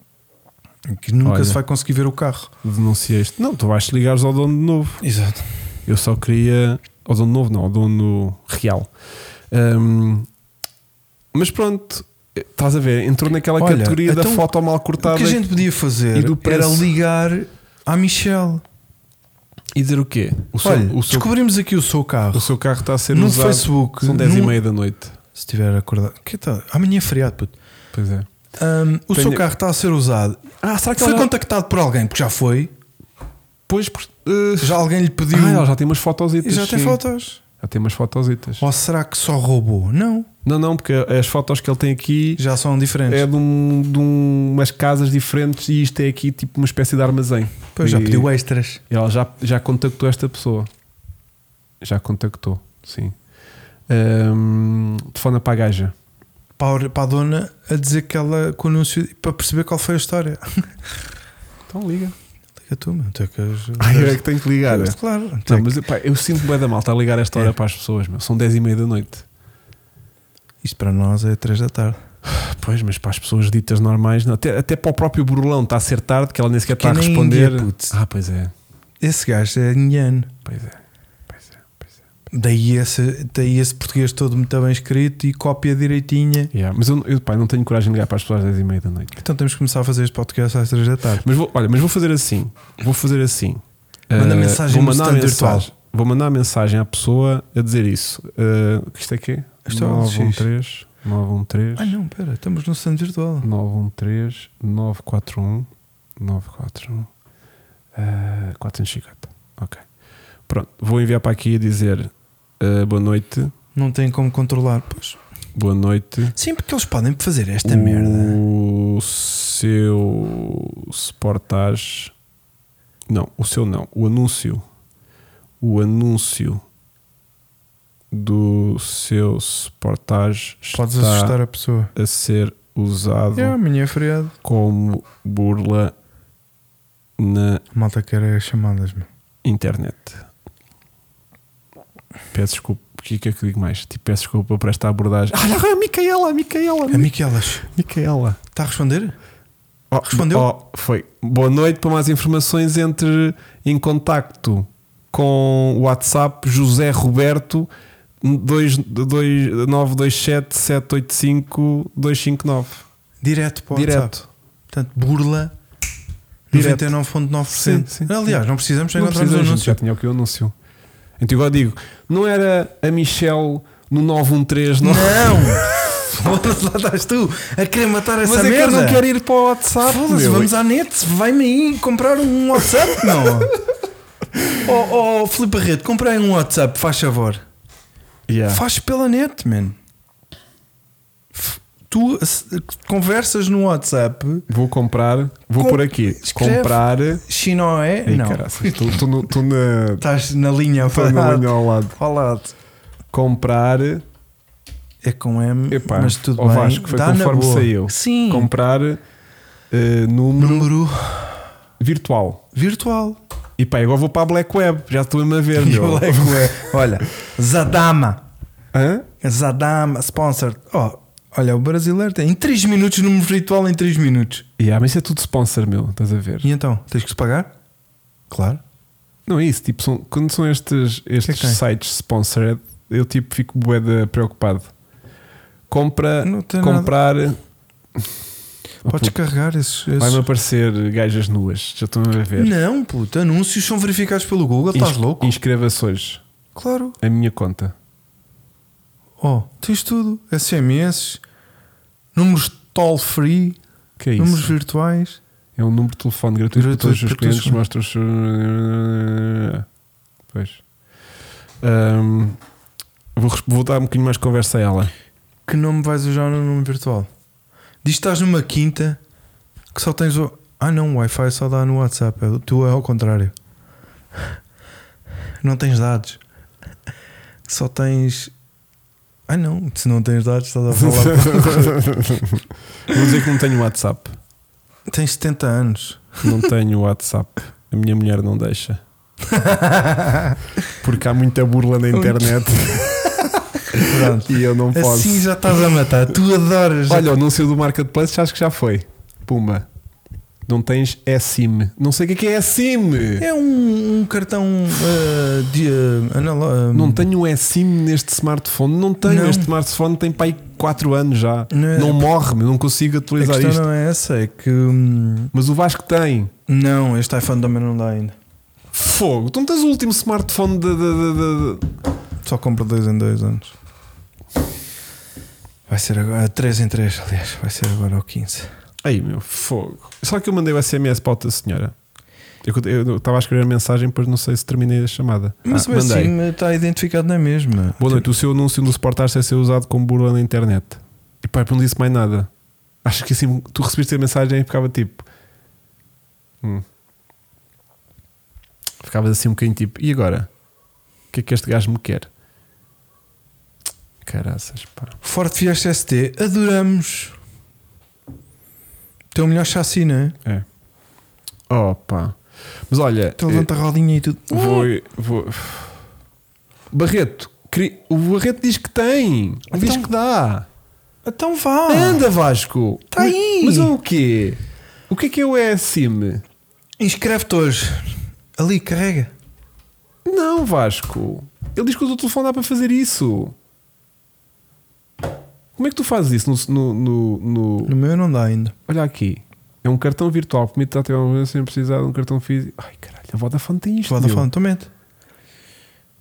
Que nunca Olha. se vai conseguir ver o carro. Denunciaste. Não, tu vais te ligares ao dono novo. Exato. Eu só queria. Ao dono novo, não, ao dono real. Hum, mas pronto, estás a ver? Entrou naquela Olha, categoria da então, foto mal O cortada que a gente podia fazer e do era preço. ligar à Michelle. e dizer o quê? O seu, Olha, o seu, descobrimos aqui o seu carro o seu carro está a ser no usado. Facebook. São dez e num- meia da noite. Se estiver acordado. Que tá? Amanhã é feriado, puto. Pois é. Hum, o Tenho- seu carro está a ser usado. Ah, será que Foi ela já... contactado por alguém, porque já foi. Pois, por- uh, Já alguém lhe pediu. Ah, ela já tem umas e fotositas. já tem sim. fotos. Já tem umas fotositas. Ou será que só roubou? Não. Não, não, porque as fotos que ele tem aqui Já são diferentes. é de, um, de um- umas casas diferentes e isto é aqui tipo uma espécie de armazém. Pois já E pediu extras. ela já, já contactou esta pessoa. Já contactou, sim. Um, telefona para a gaja. Para, a- para a dona a dizer que ela com o anúncio para perceber qual foi a história. Então liga. Liga tu, meu. Tu é que és- Ah, eu é que tenho que ligar. é? Claro. Não, mas pá, eu sinto bem da malta a ligar esta hora É. para as pessoas. Meu. São dez e meia da noite. Isto para nós é três da tarde. Pois, mas para as pessoas ditas normais, não. Até, até para o próprio burlão está a ser tarde, que ela nem sequer Que está a é na responder. Índia, putz. Ah, pois é. Esse gajo é indiano. Pois é. Pois é. Pois é. Daí esse, daí esse português todo muito bem escrito e cópia direitinha. Yeah, mas eu, eu pá, não tenho coragem de ligar para as pessoas às dez e meia da noite. Então temos que começar a fazer este podcast às três da tarde. Mas vou, olha, mas vou fazer assim. Vou fazer assim. Manda Uh, mensagem vou no mandar stand mensagem. virtual. vou mandar uma mensagem à pessoa a dizer isso. Uh, isto é quê? Isto é o nove um três nove um três Ah não, pera, estamos no centro virtual. nove um três nove quatro um nove quatro um uh, quatrocentos e cinquenta. Ok. Pronto, vou enviar para aqui a dizer uh, boa noite. Não tem como controlar, pois. Boa noite. Sim, porque eles podem fazer esta o merda. O seu Sportage. Não, o seu não. O anúncio. O anúncio do seu Sportage Podes está assustar a pessoa. a ser usado É, amanhã é feriado. como burla na Malta quer as chamadas, meu. internet. Peço desculpa. O que é que eu digo mais? Tipo, peço desculpa por esta abordagem. Olha, a Micaela, a Micaela. A Miquelas, Micaela. está a responder? Oh, Respondeu? oh, foi. Boa noite. Para mais informações, entre em contacto com o WhatsApp José Roberto nove dois sete sete oito cinco dois cinco nove. Direto para o Direto. WhatsApp. Portanto, burla Direto. noventa e nove vírgula nove por cento. Sim, sim, Aliás, sim. não precisamos Não encontrar precisa, o a gente anúncio. já tinha o que eu anúncio. Então, igual digo, não era a Michelle no nove um três nove. Não! Lá estás tu a querer matar essa Mas é que eu merda. não quero ir para o WhatsApp. Foda-se, meu. vamos à net. Vai-me aí comprar um WhatsApp, não? Oh, oh Filipe Barreto, comprei um WhatsApp, faz favor. Yeah. Faz pela net, man. F- Tu s- conversas no WhatsApp. Vou comprar, vou Com- por aqui. escreve. Comprar. Chinoé? Ei, Não. caraças, tu, tu, no- tu na, Estás na linha tu na falado. linha ao lado. Falado. Comprar. É com M, Epá, mas tudo ao bem. Vasco, foi Dá na conforme boa. saiu. Sim. Comprar eh, número, Número virtual. virtual. E pá, agora vou para a Black Web. Já estou-me a ver, meu. Black Web. Olha, Zadama. Hã? Zadama, sponsor. Oh, olha, o brasileiro tem em três minutos, número virtual em três minutos. Yeah, mas isso é tudo sponsor, meu. Estás a ver? E então, tens que se pagar? Claro. Não é isso. Tipo, são, quando são estes, estes que tem? sites sponsored, eu tipo fico bué de preocupado. Compra, Não tem comprar. Podes Oh, puto, carregar esses. esses... vai-me aparecer gajas nuas. Já estão a ver. Não, puto, anúncios são verificados pelo Google. Estás Ins- louco? Inscreva-se hoje. Claro. A minha conta. Oh, tens tudo. S M S, números toll free, Que é números isso? virtuais. É um número de telefone gratuito para todos Gratuito os para todos clientes. os- Mostra os seus. Pois. Ahm, vou, res- vou dar um bocadinho mais de conversa a ela. Que nome vais usar no número virtual? Diz que estás numa quinta que só tens o. Ah, não, o Wi-Fi só dá no WhatsApp. É, tu é ao contrário. Não tens dados. Só tens. Ah, não, se não tens dados, estás a falar. Vou dizer que não tenho WhatsApp. Tens setenta anos. Não tenho WhatsApp. A minha mulher não deixa. Porque há muita burla na internet. Pronto. E eu não posso. Assim já estás a matar. Tu adoras. Olha, o anúncio do Marketplace acho que já foi. Pumba. Não tens eSIM. Não sei o que é que é eSIM. É um, um cartão uh, de uh, analo- uh, Não tenho eSIM neste smartphone. Não tenho. Não. Este smartphone tem para aí quatro anos já. Não é- Não morre, meu. Não consigo A atualizar questão isto. não é essa, é que hum, Mas o Vasco tem. não, este iPhone também não dá ainda. Fogo. Tu não tens o último smartphone de. de, de, de- Só compro dois em dois anos. Vai ser agora três em três, aliás, vai ser agora ao quinze. Aí, meu, fogo. Só que eu mandei o S M S para a outra senhora. Eu eu estava a escrever a mensagem, depois não sei se terminei a chamada. Mas Ah, o assim está identificado na mesma. Boa noite. O seu anúncio no Sportage a ser usado como burla na internet. E pá, não disse mais nada. Acho que assim, tu recebeste a mensagem e ficava tipo. Hum. Ficavas assim um bocadinho tipo. E agora? O que é que este gajo me quer? Caraças, pá. Ford Fiesta S T, adoramos. Tem o melhor chassi, não é? É. Opa. Mas olha. Te levanta a rodinha e tudo. Vou, vou. Barreto. cri- O Barreto diz que tem. Então- Diz que dá. Então vá. Anda, Vasco. Tá aí. Mas o quê? O que é que é o eSIM? Inscreve-te hoje. Ali, carrega. Não, Vasco. Ele diz que o teu telefone dá para fazer isso. Como é que tu fazes isso no, no, no, No no... meu não dá ainda. Olha aqui. É um cartão virtual. Permite até uma vez sem precisar de um cartão físico. Ai, caralho. A Vodafone tem isto. Vodafone, meu. então mete.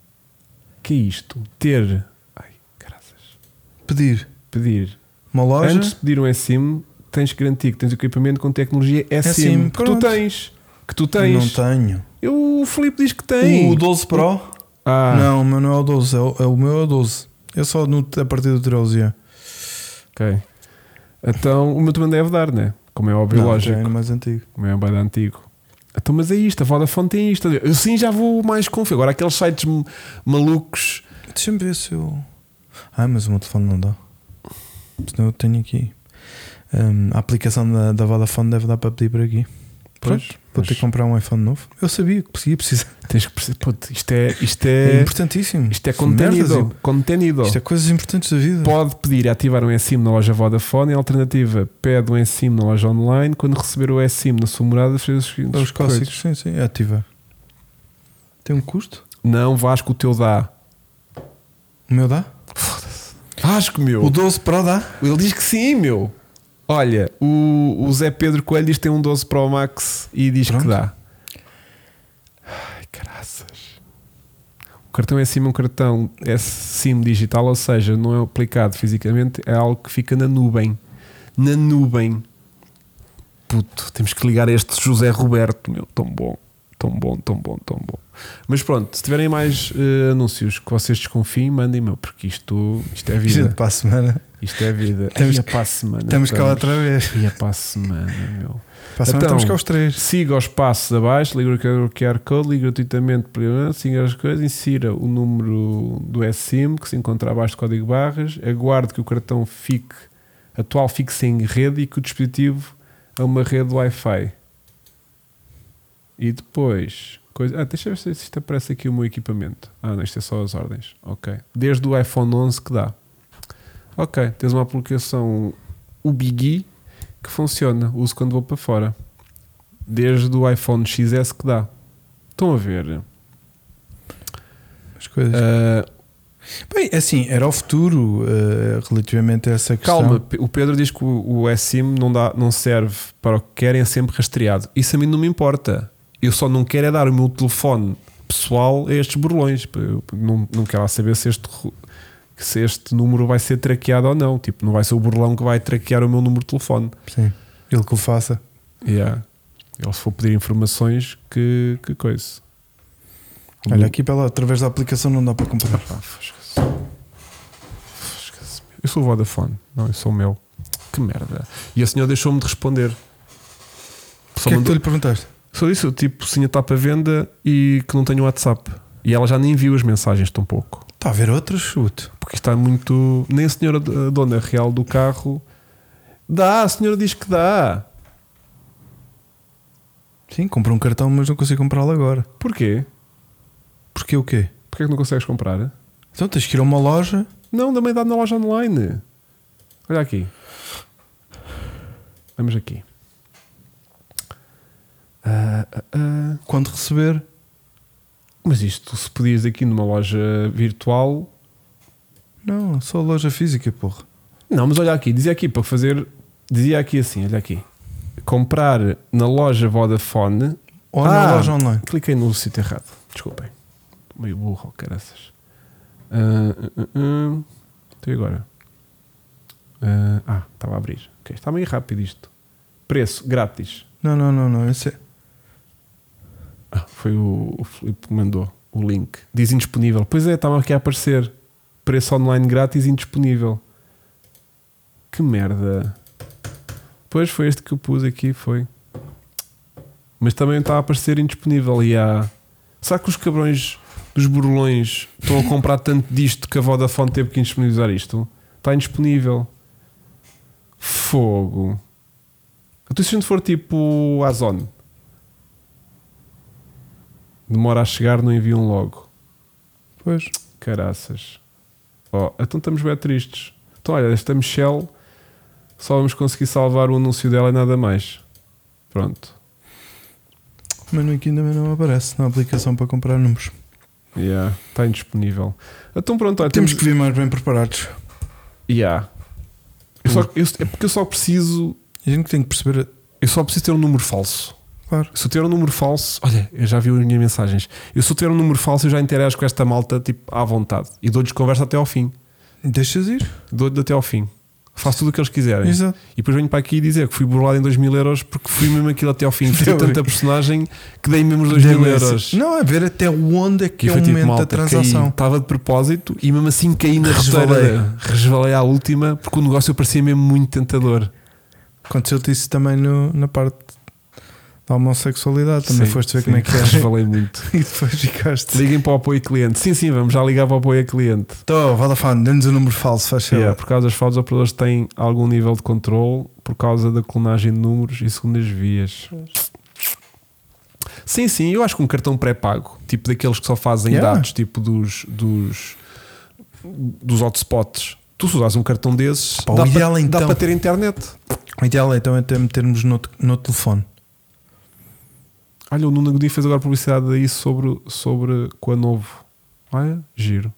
que é isto? Ter. Ai, graças. Pedir. Pedir. Uma loja. Antes de pedir um eSIM, tens que garantir que tens equipamento com tecnologia eSIM. eSIM, que tu tens. Que tu tens. Não tenho. Eu, o Filipe diz que tem. O doze Pro? Ah. Não, o meu não é o doze. É o, é o meu é o doze. Eu só no, a partir do treze. É. Ok. Então o meu também deve dar, né? Como é óbvio, Não, lógico. é mais antigo. Como é bem antigo. Então, mas é isto, a Vodafone tem isto. Eu sim já vou mais confiar. Agora aqueles sites malucos. Deixa-me ver se eu. Ah, mas o meu telefone não dá. Senão eu tenho aqui. Um, a aplicação da, da Vodafone deve dar para pedir por aqui. Pois, Pronto, vou mas... ter que comprar um iPhone novo. Eu sabia que podia precisar. Tens que precisar. Puto, isto é, isto É é, importantíssimo. isto é contenido. Merdas, contenido. Isto é coisas importantes da vida. Pode pedir ativar um eSIM na loja Vodafone. Em alternativa, pede um eSIM na loja online. Quando receber o eSIM na sua morada, faz os seguintes Os códigos, sim, sim, é ativar. Tem um custo? Não, Vasco, o teu dá. O meu dá? Foda-se. Vasco, meu. O doze Pro dá? Ele diz que sim, meu. Olha, o, o Zé Pedro Coelho diz que tem um doze Pro Max e diz Pronto. que dá. Ai, caraças. O cartão é sim um cartão é SIM digital, ou seja, não é aplicado fisicamente, é algo que fica na nuvem. Na nuvem. Puto, temos que ligar a este José Roberto, meu, tão bom. Tão bom, tão bom, tão bom. Mas pronto, se tiverem mais uh, anúncios que vocês desconfiem, mandem, meu, porque isto, isto é vida. Gente, para a semana. Isto é vida. Temos, Ia para a semana. Estamos cá outra vez. Ia para a semana, meu. Para a semana Então, estamos cá os três. Siga os passos abaixo, liga o Q R Code, liga gratuitamente, siga as coisas, insira o número do eSIM que se encontra abaixo do código barras, aguarde que o cartão fique atual fixe em rede e que o dispositivo a uma rede Wi-Fi. E depois, coisa, ah, deixa eu ver se isto aparece aqui o meu equipamento. Ah, não, isto é só as ordens. Ok. Desde o iPhone onze que dá. Ok, tens uma aplicação, o Biggie, que funciona, uso quando vou para fora. Desde o iPhone X S que dá. Estão a ver? As coisas. Uh, Bem, assim, era o futuro uh, relativamente a essa questão. calma, o Pedro diz que o, o eSIM não, dá, não serve para o que querem, é sempre rastreado. Isso a mim não me importa. Eu só não quero é dar o meu telefone pessoal a estes burlões. Eu não, não quero lá saber se este, se este número vai ser traqueado ou não. Tipo, não vai ser o burlão que vai traquear o meu número de telefone. Sim, ele que o faça. Yeah. Ele se for pedir informações, que, que coisa. Olha, aqui pela, através da aplicação não dá para comprar. Ah, fosca-se. Fosca-se. Eu sou o Vodafone, não, eu sou o meu. Que merda. E a senhora deixou-me de responder. O que é que tu lhe perguntaste? Só disse, eu tipo, sim, está para venda e que não tenho WhatsApp. E ela já nem viu as mensagens tão pouco. Está a ver outro chute. Porque está muito. Nem a senhora a dona real do carro dá, a senhora diz que dá. Sim, compro um cartão, mas não consigo comprá-lo agora. Porquê? Porquê o quê? Porquê é que não consegues comprar? Então tens que ir a uma loja. Não, também dá na loja online. Olha aqui. Vamos aqui. Uh, uh, uh. Quando receber. Mas isto, se pedias aqui numa loja virtual. Não, só loja física, porra. Não, mas olha aqui, dizia aqui para fazer. Dizia aqui assim, olha aqui. Comprar na loja Vodafone. Ou ah, na loja online. Cliquei no sítio errado. Desculpem. Meio burro, caraças. Uh, uh, uh, uh. Então agora. Uh, ah, estava a abrir. Okay, está meio rápido isto. Preço grátis. Não, não, não, não. Esse é... Ah, foi o, o Filipe que mandou o link. Diz indisponível. Pois é, estava aqui a aparecer. Preço online grátis indisponível. Que merda. Pois foi este que eu pus aqui. Foi. Mas também está a aparecer indisponível. E há. Será que os cabrões dos burlões estão a comprar tanto disto que a Vodafone teve que indisponibilizar isto? Está indisponível. Fogo. Então, se a gente for tipo a Zone, demora a chegar, não enviam logo. Pois. Caraças. Oh, então estamos bem tristes. Então, olha, esta Michelle só vamos conseguir salvar o anúncio dela e nada mais. Pronto. Mas aqui ainda não aparece na aplicação para comprar números. Yeah, está indisponível. Então, pronto, olha, temos, temos que vir mais bem preparados. Yeah. Eu só, eu, é porque eu só preciso. A gente tem que perceber. Eu só preciso ter um número falso. Claro. Se eu tiver um número falso, olha, eu já vi as minhas mensagens. Eu se eu tiver um número falso, eu já interajo com esta malta tipo à vontade e dou-lhes conversa até ao fim. Deixas ir? Dou-lhes até ao fim. Faço tudo o que eles quiserem. Exato. E depois venho para aqui dizer que fui burlado em dois mil euros porque fui mesmo aquilo até ao fim. Fiz tanta personagem que dei mesmo os dois mil euros. Não, é ver até onde é que E é o foi tipo, momento malta, da transação. caí, estava de propósito e mesmo assim caí na Resvalei. rasteira. Resvalei à última porque o negócio parecia mesmo muito tentador. Aconteceu-te isso também no, na parte da homossexualidade. Também Sim, foste ver sim, como é que é. resvalei muito. E depois ficaste. Liguem para o apoio cliente. Sim, sim, vamos já ligar para o apoio cliente. Estou, Vodafone, dê-nos o número falso, faz favor. Yeah, por causa das fraudes, os operadores têm algum nível de controle por causa da clonagem de números e segundas vias. Sim, sim, eu acho que um cartão pré-pago, tipo daqueles que só fazem Yeah. dados, tipo dos, dos, dos hotspots. Tu se usas um cartão desses, Pá, o dá, ideal, para, então- dá para ter internet. O ideal é então é até metermos no, no telefone. Olha, o Nuno Godinho fez agora publicidade aí sobre, sobre com a Novo. Olha, giro.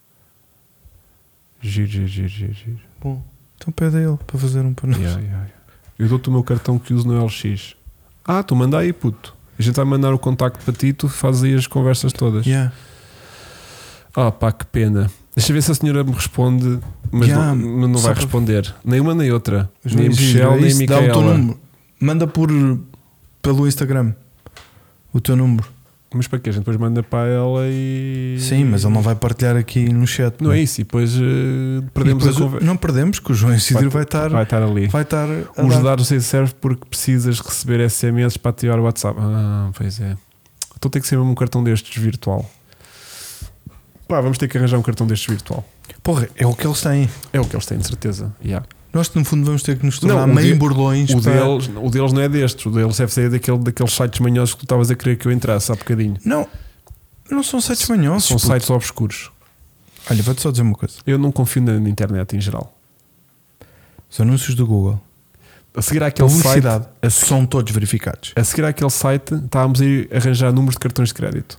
Giro, giro, giro, giro, giro. Bom, então pede a ele para fazer um para nós. Yeah, yeah, yeah. Eu dou-te o meu cartão que uso no L X. Ah, tu manda aí, puto. A gente vai mandar o contacto para ti, tu fazes aí as conversas todas. Yeah. Ah, pá, que pena. Deixa eu ver se a senhora me responde, mas Yeah, não, mas não só vai para- responder. Nem uma nem outra. Mas Nem a não existe, Michelle, é nem a isso, dá o teu Micaela. número. Manda por, pelo Instagram o teu número. Mas para quê? A gente depois manda para ela e. Sim, mas ele não vai partilhar aqui no chat. Não é isso, e depois eh, perdemos E depois a conversa. Não perdemos, que o João Isidro vai estar, Vai estar ali. vai estar a Os dar. dados não serve porque precisas receber S M S para ativar o WhatsApp. Ah, pois é. Então tem que ser mesmo um cartão destes virtual. Pá, vamos ter que arranjar um cartão destes virtual. Porra, é o que eles têm. É o que eles têm, de certeza. Yeah. Nós, no fundo, vamos ter que nos tornar Não, o meio de- burlões. O, para- deles, o deles não é destes, o deles deve ser daquele, daqueles sites manhosos que tu estavas a querer que eu entrasse há bocadinho. Não, não são sites manhosos. São puto. sites obscuros. Olha, vou-te só dizer uma coisa. Eu não confio na, na internet em geral. Os anúncios do Google, A seguir àquele site, publicidade, a, se- são todos verificados. a seguir àquele site, estávamos a ir arranjar números de cartões de crédito.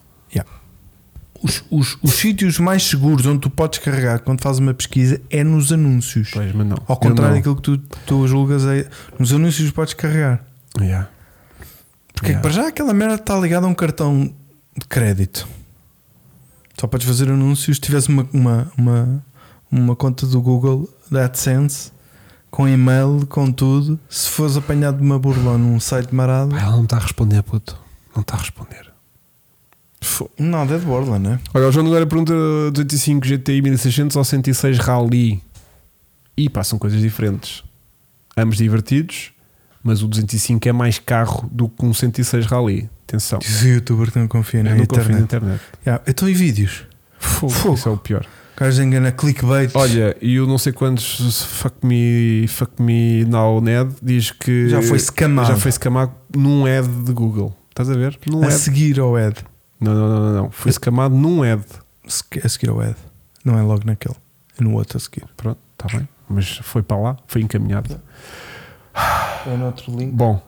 Os, os, os sítios mais seguros onde tu podes carregar quando fazes uma pesquisa é nos anúncios. Pois, mas não. Ao Eu contrário não. daquilo que tu, tu julgas, é, nos anúncios podes carregar. Yeah. Porque Yeah. para já aquela merda está ligada a um cartão de crédito. Só podes fazer anúncios se tivesse uma, uma, uma, uma conta do Google da AdSense com e-mail, com tudo. Se fores apanhado de uma burla num site marado, Pá, ela não está a responder, puto. Não está a responder. nada é de borla, né? Olha, o João Nogueira pergunta duzentos e cinco G T I mil e seiscentos ou cento e seis Rally. E pá, são coisas diferentes. Ambos divertidos, mas o duzentos e cinco é mais carro do que um cento e seis Rally. Atenção. Diz o youtuber que não confia na Eu não confio internet. na internet. Yeah. Então, e vídeos? Fogo, Fogo. Isso é o pior. O gajo engana clickbait. Olha, e eu não sei quantos fuck me, fuck me now Ned diz que Já foi scamado. já foi scamado num ad de Google. Estás a ver? Num a ad. seguir ao ad. Não, não, não, não, não. Foi scamado num ad. Se- A seguir ao ad. Não é logo naquele. É no outro a seguir. Pronto, está bem. Mas foi para lá, foi encaminhado. É no outro link. Bom,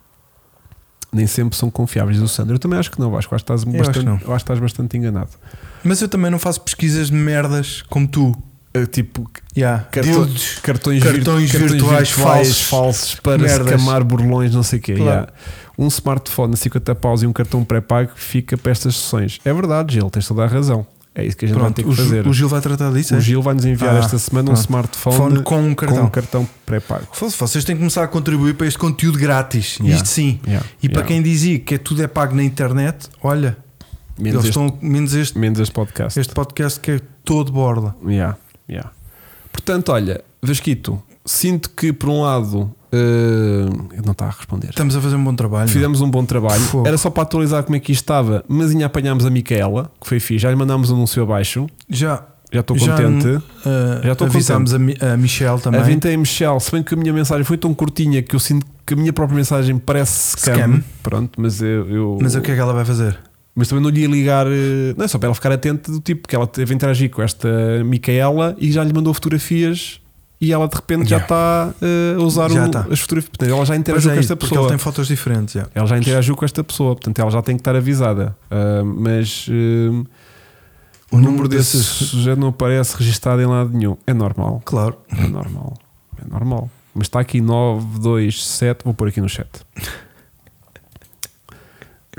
nem sempre são confiáveis o Sandro. Eu também acho que não, Vasco. Acho que estás Eu bastante, acho que não. eu acho que estás bastante enganado. Mas eu também não faço pesquisas de merdas como tu. É, tipo, Yeah. Cartões- Dildos. cartões, Cartões vir- virtuais falsos. falsos para Merdas. escamar burlões, não sei o quê. Claro. Yeah. Um smartphone a cinquenta paus e um cartão pré-pago fica para estas sessões. É verdade, Gil, tens toda a razão. É isso que a gente vai Pronto, ter que o, Gil- fazer. o Gil vai tratar disso. O é? Gil vai nos enviar Ah, esta semana um pronto. smartphone Fone com um com cartão. um cartão pré-pago. Fosse, Vocês têm que começar a contribuir para este conteúdo grátis. Yeah. Isto sim. Yeah, E para yeah. quem dizia que é tudo é pago na internet, olha, menos, eles este, estão menos este, menos este podcast. este podcast que é todo borla. Yeah, yeah. Portanto, olha, Vasquito, sinto que por um lado uh, não está a responder. Estamos a fazer um bom trabalho. Fizemos um bom trabalho. Fogo. Era só para atualizar como é que isto estava, mas ainda apanhámos a Micaela, que foi fixe. Já lhe mandámos um anúncio abaixo. Já, Já estou Já, contente. uh, Já estou avisámos a, Mi- a Michelle também. Aventei a Michelle, se bem que a minha mensagem foi tão curtinha que eu sinto que a minha própria mensagem parece scam. Scam. Pronto, mas eu, eu- Mas o que é que ela vai fazer? mas também não lhe ia ligar, eh, não é só para ela ficar atenta do tipo que ela teve a interagir com esta Micaela e já lhe mandou fotografias e ela de repente já Yeah. está eh, a usar Já o- tá. as fotografias. Portanto, ela já Pois interagiu é com isso, esta porque pessoa. ele tem fotos diferentes. Já. Ela já interagiu com esta pessoa, portanto ela já tem que estar avisada. Ah, mas ah, o, número desses já não aparece registado em lado nenhum. É normal. Claro. É normal. É normal. Mas está aqui nove dois sete. Vou pôr aqui no chat.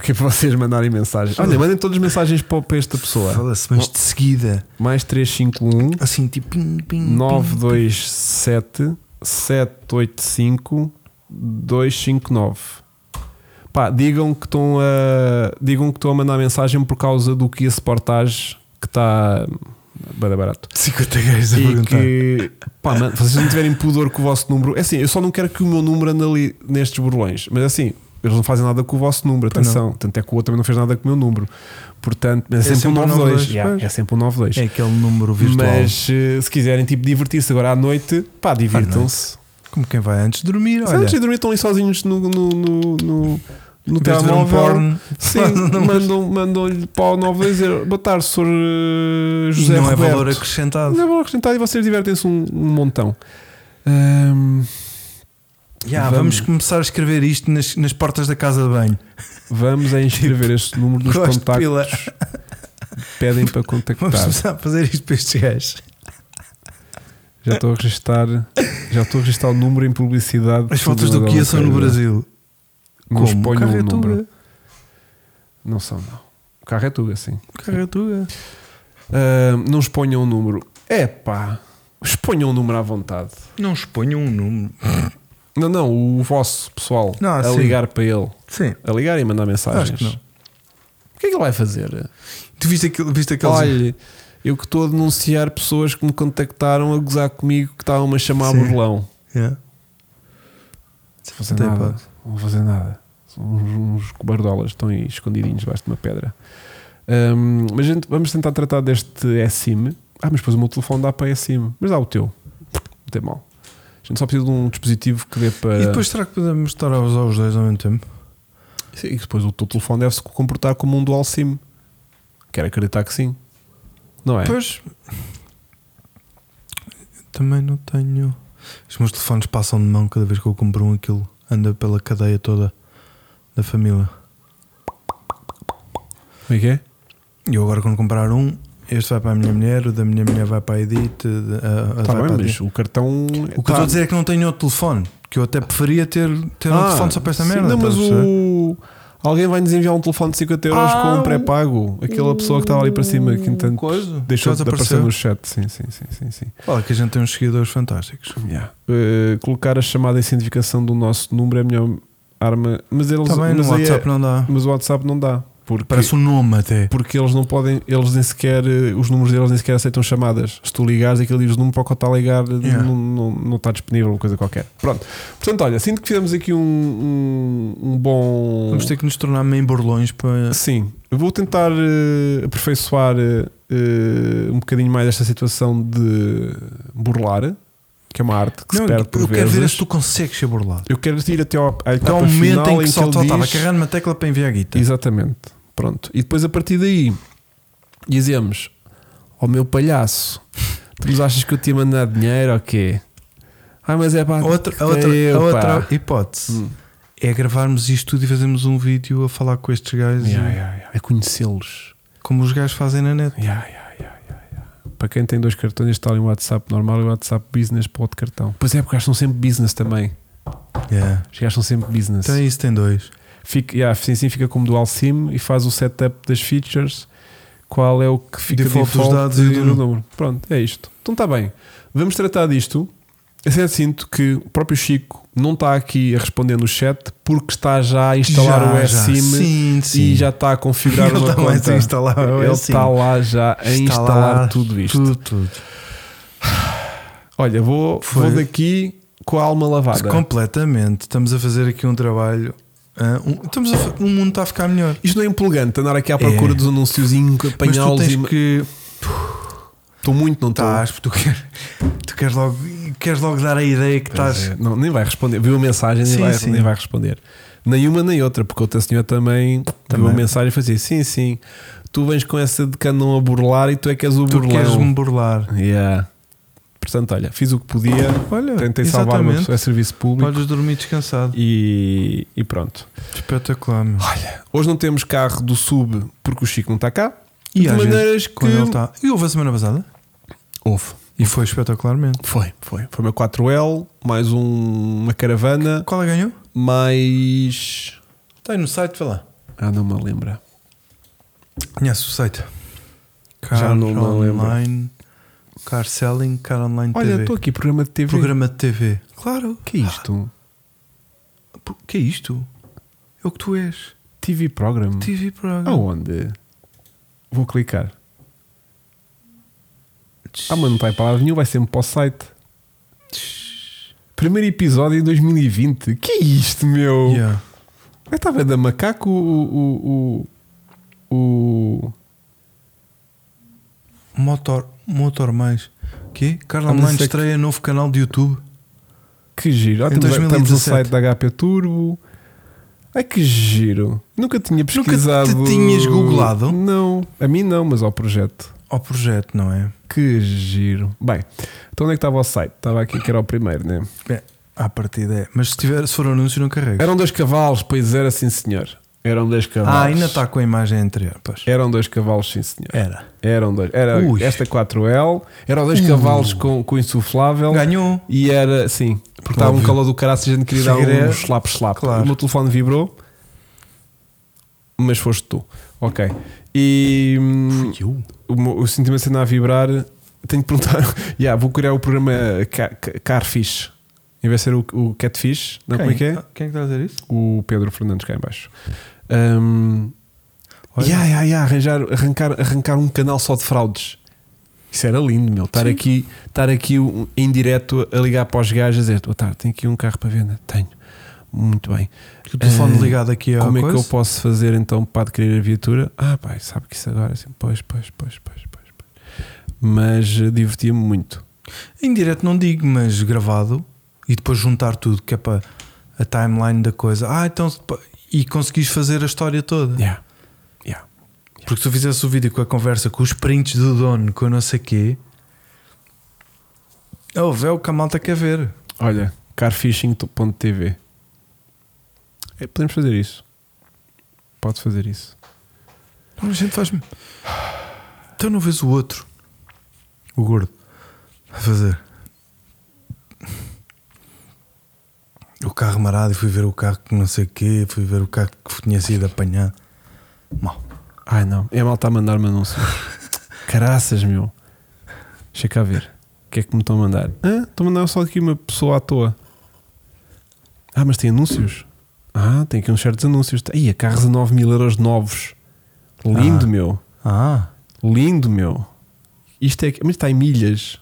que é para vocês mandarem mensagens. Olha, mandem todas as mensagens para, para esta pessoa. Fala-se, mas de seguida. Mais três cinco um Assim, tipo, pim, pim, nove pim, dois sete sete oito cinco dois cinco nove. Pá, digam que estão a digam que estão a mandar mensagem por causa do Kia Sportage que está bem barato. cinquenta gajos a E perguntar. que, pá, man, se vocês não tiverem pudor com o vosso número, é assim, eu só não quero que o meu número ande ali nestes burlões, mas assim, eles não fazem nada com o vosso número, Pois atenção, tanto é que o outro também não fez nada com o meu número, portanto, mas é, É sempre um sempre um nove dois, nove dois, yeah, pois. é sempre um nove dois. É aquele número virtual. Mas eh, se quiserem tipo divertir-se agora à noite, pá, divirtam-se. Como quem vai antes de dormir, Se olha. antes de dormir estão ali sozinhos no, no, no, no, no Em vez de ver um telemóvel. porno, Sim, mandam- mandam- mandam-lhe para o nove dois dizer boa tarde, senhor eh, e José não é Roberto. valor acrescentado. Não é valor acrescentado e vocês divertem-se um, um montão. Ahm, Yeah, Vamos. vamos. começar a escrever isto nas, nas portas da casa de banho. vamos a inscrever este número dos Gosto de pila. contactos. Pedem para Vamos contactar. começar a fazer isto para estes gajos. Já estou a registrar, já estou a registrar o número em publicidade. As fotos do Kia são no Brasil. Não Como? exponham Carro o é número. Tuga. Não são, não. O carro é Tuga, sim. Carro é Tuga. Ah, não exponham o número. É pá, exponham o número à vontade. Não exponham um número. Não, não, o vosso pessoal Não, a sim. ligar para ele, Sim. a ligar e mandar mensagens. Acho que não. O que é que ele vai fazer? Tu viste, aquilo, viste aqueles. Olha, eu que estou a denunciar pessoas que me contactaram a gozar comigo que estavam-me a chamar Sim. burlão. Yeah. Não vou fazer Tem nada. hipótese. Não vou fazer nada. São uns, uns cobardolas estão aí escondidinhos debaixo de uma pedra. Hum, mas gente, vamos tentar tratar deste eSIM. Ah, mas depois o meu telefone dá para eSIM. Mas dá o teu. Não tem mal. A gente só precisa de um dispositivo que dê para. E depois será que podemos estar a usar os dois ao mesmo tempo? Sim, e depois o teu telefone deve-se comportar como um dual SIM. Quero acreditar que sim. Não é? Pois. Também não tenho. Os meus telefones passam de mão cada vez que eu compro um, aquilo anda pela cadeia toda da família. Como é que é? E eu agora quando comprar um, este vai para a minha mulher, o da minha mulher vai para a Edith, a, a Tá vai bem, para a mas Edith. o cartão. O que eu tá- estou a dizer é que não tenho outro telefone, que eu até preferia ter, ter um Ah, telefone só para esta sim, merda. Não, mas estás a perceber? o. Alguém vai nos enviar um telefone de cinquenta euros Ah, com um o- pré-pago. Aquela pessoa que estava ali para cima que entanto Coisa? deixou de Já aparecer desapareceu? no chat. Sim, sim, sim, sim, sim. Fala que a gente tem uns seguidores fantásticos. Yeah. Uh, colocar a chamada de identificação do nosso número é a melhor arma. Mas eles Também mas no aí WhatsApp é- não dá. mas o WhatsApp não dá. Porque, Parece um nome até. porque eles não podem, eles nem sequer, uh, os números deles nem sequer aceitam chamadas. Se tu ligares, aquele diz o número para o que está a ligar, Yeah. não, não, não está disponível, uma coisa qualquer. Pronto. Portanto, olha, sinto que fizemos aqui um, um, um bom. Vamos ter que nos tornar meio borlões para. Sim, eu vou tentar uh, aperfeiçoar uh, uh, um bocadinho mais esta situação de burlar, que é uma arte que Não, se perde por eu quero vezes. ver se tu consegues ser burlado. Eu quero ir até ao, à Até etapa ao momento final em que só ele estava a diz- carregar numa tecla para enviar a guita. Exatamente, pronto. E depois a partir daí dizemos ao meu palhaço, tu nos achas que eu te ia mandar dinheiro ou quê? Ah, mas é pá, Outra, que a outra, eu, a outra pá. hipótese Hum. é gravarmos isto tudo e fazermos um vídeo a falar com estes gajos Yeah, e- yeah, yeah. É conhecê-los. como os gajos fazem na net. Yeah, yeah, yeah, yeah, yeah. Para quem tem dois cartões, está ali um WhatsApp normal e o WhatsApp business para o outro cartão. Pois é, porque os gajos são sempre business também. Yeah. Os gajos são sempre business. Então isso tem dois. Fica, yeah, sim, sim, fica como dual SIM e faz o setup das features. Qual é o que fica Default default, dos dados e e do do- número. Pronto, é isto. Então está bem. Vamos tratar disto. Eu sempre sinto que o próprio Chico não está aqui a responder no chat porque está já a instalar Já, o já. eSIM Sim, sim. e já está a configurar Ele uma está mais conta. a instalar o Ele eSIM. está lá já a instalar tudo isto. Tudo, tudo. Olha, vou, Foi. vou daqui com a alma lavada. Completamente. Estamos a fazer aqui um trabalho. ah, um, estamos a, fa- o mundo está a ficar melhor. Isto não é empolgante andar aqui à procura É. dos anunciozinhos, Mas tu apanhá-los tens e. que. Estou muito, não estou. Estás, porque tu queres, tu queres, logo, queres logo dar a ideia que Pois estás. é, não, nem vai responder. Viu a mensagem, nem, Sim, vai, sim. nem vai responder. Nem uma nem outra, porque outra senhora também, Também. viu a mensagem e fez assim: sim, sim, tu vens com essa de que andam a burlar e tu é que és o Tu queres burlão. me burlar. Yeah. Portanto, olha, fiz o que podia, Olha, tentei salvar uma exatamente. pessoa, é serviço público Podes dormir descansado. e, e pronto. Espetacular, meu. Olha, hoje não temos carro do sub porque o Chico não está cá. E de às vezes, maneiras que. quando ele está. E houve a semana passada? Houve. E foi espetacularmente. Foi, foi. Foi uma quatro L, mais um- uma caravana, Qual é que ganhou? mais. Está aí no site, vê lá. Ah, não me lembra. Conhece o site? Já Car não me lembro. Online, Car Selling, Car Online Olha, T V. estou aqui, programa de T V. Programa de T V. Claro. Que é isto? O que é isto? É o que tu és. T V Program. T V Program. Aonde? Vou clicar. Ah, mas não está aí para lado nenhum, vai sempre para o site. Primeiro episódio em dois mil e vinte. Que é isto, meu? Yeah. Vai estar vendo a macaco o. o, o, o... Motor, motor mais. Quê? Car Ah, mas Online isso é que- estreia novo canal de YouTube. Que giro. Ah, Em estamos, dois mil e estamos no dezassete. site da H P Turbo. Ai, que giro. Nunca tinha Nunca te pesquisado. tinhas googlado? Não, a mim não, mas ao projeto. Ao projeto, não é? Que giro. Bem, então onde é que estava o site? Estava aqui que era o primeiro, né? É, à partida é. Mas se, tiver, se for anúncio, não carrega. Eram dois cavalos, pois era, sim senhor. Eram dois cavalos. Ah, ainda está com a imagem anterior. Pois. Eram dois cavalos, sim senhor. Era. Eram dois. Era Ui. esta quatro L, eram dois Uh. cavalos com, com insuflável. Ganhou. E era, sim, porque estava um Óbvio. calor do caraças, a gente queria dar Figueira- um slap-slap. Claro. O meu telefone vibrou, mas foste tu. Ok. E hum, Eu? o, meu- eu senti-me a cena a vibrar. Tenho que perguntar. yeah, vou criar o programa Ca- Ca- Carfish. Em vez de ser o, o Catfish. Não, como é que é? Quem é que está a dizer isso? O Pedro Fernandes cá em baixo. Um, Olha. yeah, yeah, yeah, arranjar, arrancar, arrancar um canal só de fraudes. Isso era lindo, meu. Estar Sim. aqui, estar aqui um- em direto a ligar para os gajos a dizer: boa tarde, tenho aqui um carro para venda. Tenho. Muito bem. O telefone Eh, ligado aqui a Como é que coisa? eu posso fazer então para adquirir a viatura? Ah, pai, sabe que isso agora assim, pois, pois, pois, pois, pois, pois. Mas eh, divertia-me muito. Em direto não digo, mas gravado e depois juntar tudo, que é para a timeline da coisa. Ah, então. E conseguis fazer a história toda. Yeah. Yeah. Porque se tu fizesse o vídeo com a conversa, com os prints do dono, com não sei o quê, oh, é o que a malta quer ver. Olha, carfishing ponto t v. É, podemos fazer isso. Pode fazer isso. Então a gente faz-me. Então não vês o outro, o gordo, a fazer o carro marado e fui ver o carro que não sei o quê, fui ver o carro que tinha sido apanhado. Mal. Ai não, é mal está a mandar-me anúncio. Caraças, meu. Deixa cá ver. O que é que me estão a mandar? Ah, estão a mandar só aqui uma pessoa à toa. Ah, mas tem anúncios. Ah, tem aqui uns certos anúncios. Ih, a carros a nove mil euros novos. Lindo, Ah. meu. Ah, Lindo, meu. Isto é. Mas está em milhas.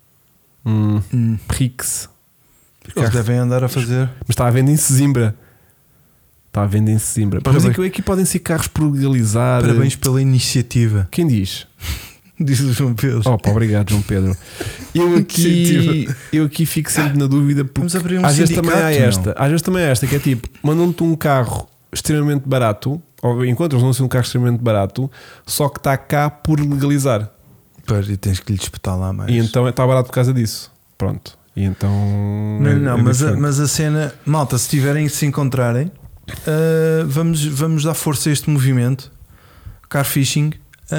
Hum, hum. Rix. Eles devem andar a fazer. Mas está à venda em Sesimbra. Está à venda em Sesimbra. Mas Parabéns. aqui, aqui podem ser carros por legalizar. Parabéns pela iniciativa. Quem diz? Diz o João Pedro. Opa, obrigado, João Pedro. Eu aqui, Iniciativa. eu aqui fico sempre na dúvida porque Vamos abrir um às vezes também há sindicato, esta. Às vezes também há esta que é tipo, mandam-te um carro extremamente barato, ou encontras não um carro extremamente barato, só que está cá por legalizar. Pois, e tens que lhe espetar lá mais. E então está barato por causa disso. Pronto. E então. Não, é- não, é mas, a, diferente. mas a cena, malta, se tiverem se encontrarem, uh, vamos, vamos dar força a este movimento. Carfishing.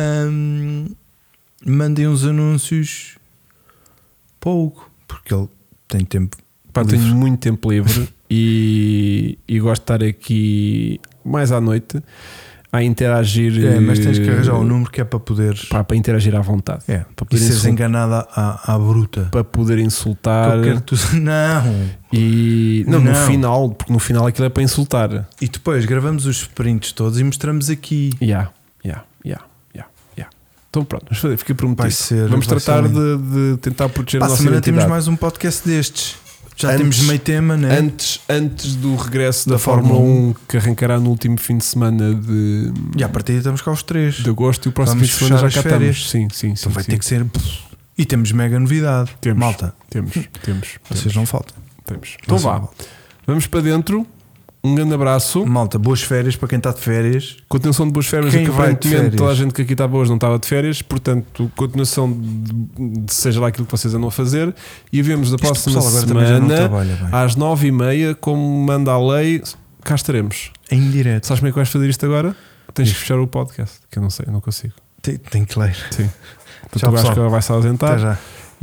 Um, mandem uns anúncios para o Hugo, porque ele tem tempo. Pá, livre. tenho muito tempo livre e, e gosto de estar aqui mais à noite a interagir. É, mas tens que arranjar o número que é para poder. Pá, para interagir à vontade. É, para e poder, seres insul- enganada à, à bruta. para poder insultar. Qualquer tu... Não! E não, no Não. final, porque no final aquilo é para insultar. E depois gravamos os prints todos e mostramos aqui. Ya, ya, ya, ya, ya. Então pronto, vamos fazer, fica prometido. Vai ser- vamos vai tratar ser de, de tentar proteger Para a a nossa semana identidade. temos mais um podcast destes. Já Antes- temos meio tema, né? Antes, antes do regresso da, Da Fórmula Fórmula um, que arrancará no último fim de semana de, E a partir estamos cá os três. de agosto, e o próximo Vamos fim de semana já fechar cá as férias. estamos. Sim, sim, sim. Então vai sim. ter que ser. E temos mega novidade. Temos. Malta, Temos, temos. vocês temos, não faltam. temos. Então Vocês vá, não faltam. vamos para dentro. Um grande abraço. Malta, boas férias para quem está de férias. Continuação de boas férias. Quem que vai de aparentemente férias? toda a gente que aqui estava hoje não estava de férias, portanto, continuação de, de seja lá aquilo que vocês andam a fazer. E vemos da Isto, próxima pessoal, agora também já não semana trabalha bem. às nove e meia, como manda a lei. Cá estaremos. Em direto. Sabes como é que vais fazer isto agora? Tens que fechar o podcast, que eu não sei, eu não consigo. Tem, tem que ler. Sim. Portanto, Tchau, o gajo pessoal. que ela vai se Até ausentar já.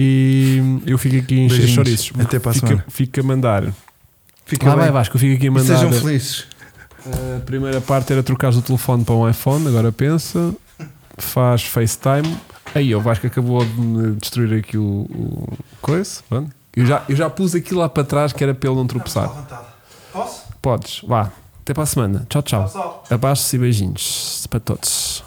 e eu fico aqui a encher Beijinhos. chouriços. Até para a fica, semana. fica a mandar. Fica Lá bem. vai Vasco, eu fico aqui a E mandar. sejam felizes. A primeira parte era trocar o telefone para um iPhone, agora pensa. Faz FaceTime. Aí, o Vasco acabou de me destruir aqui o, o coisa. Pronto. Eu já, eu já pus aquilo lá para trás que era para ele não tropeçar. Posso? Podes, vá. Até para a semana. Tchau, tchau. Abraços e beijinhos para todos.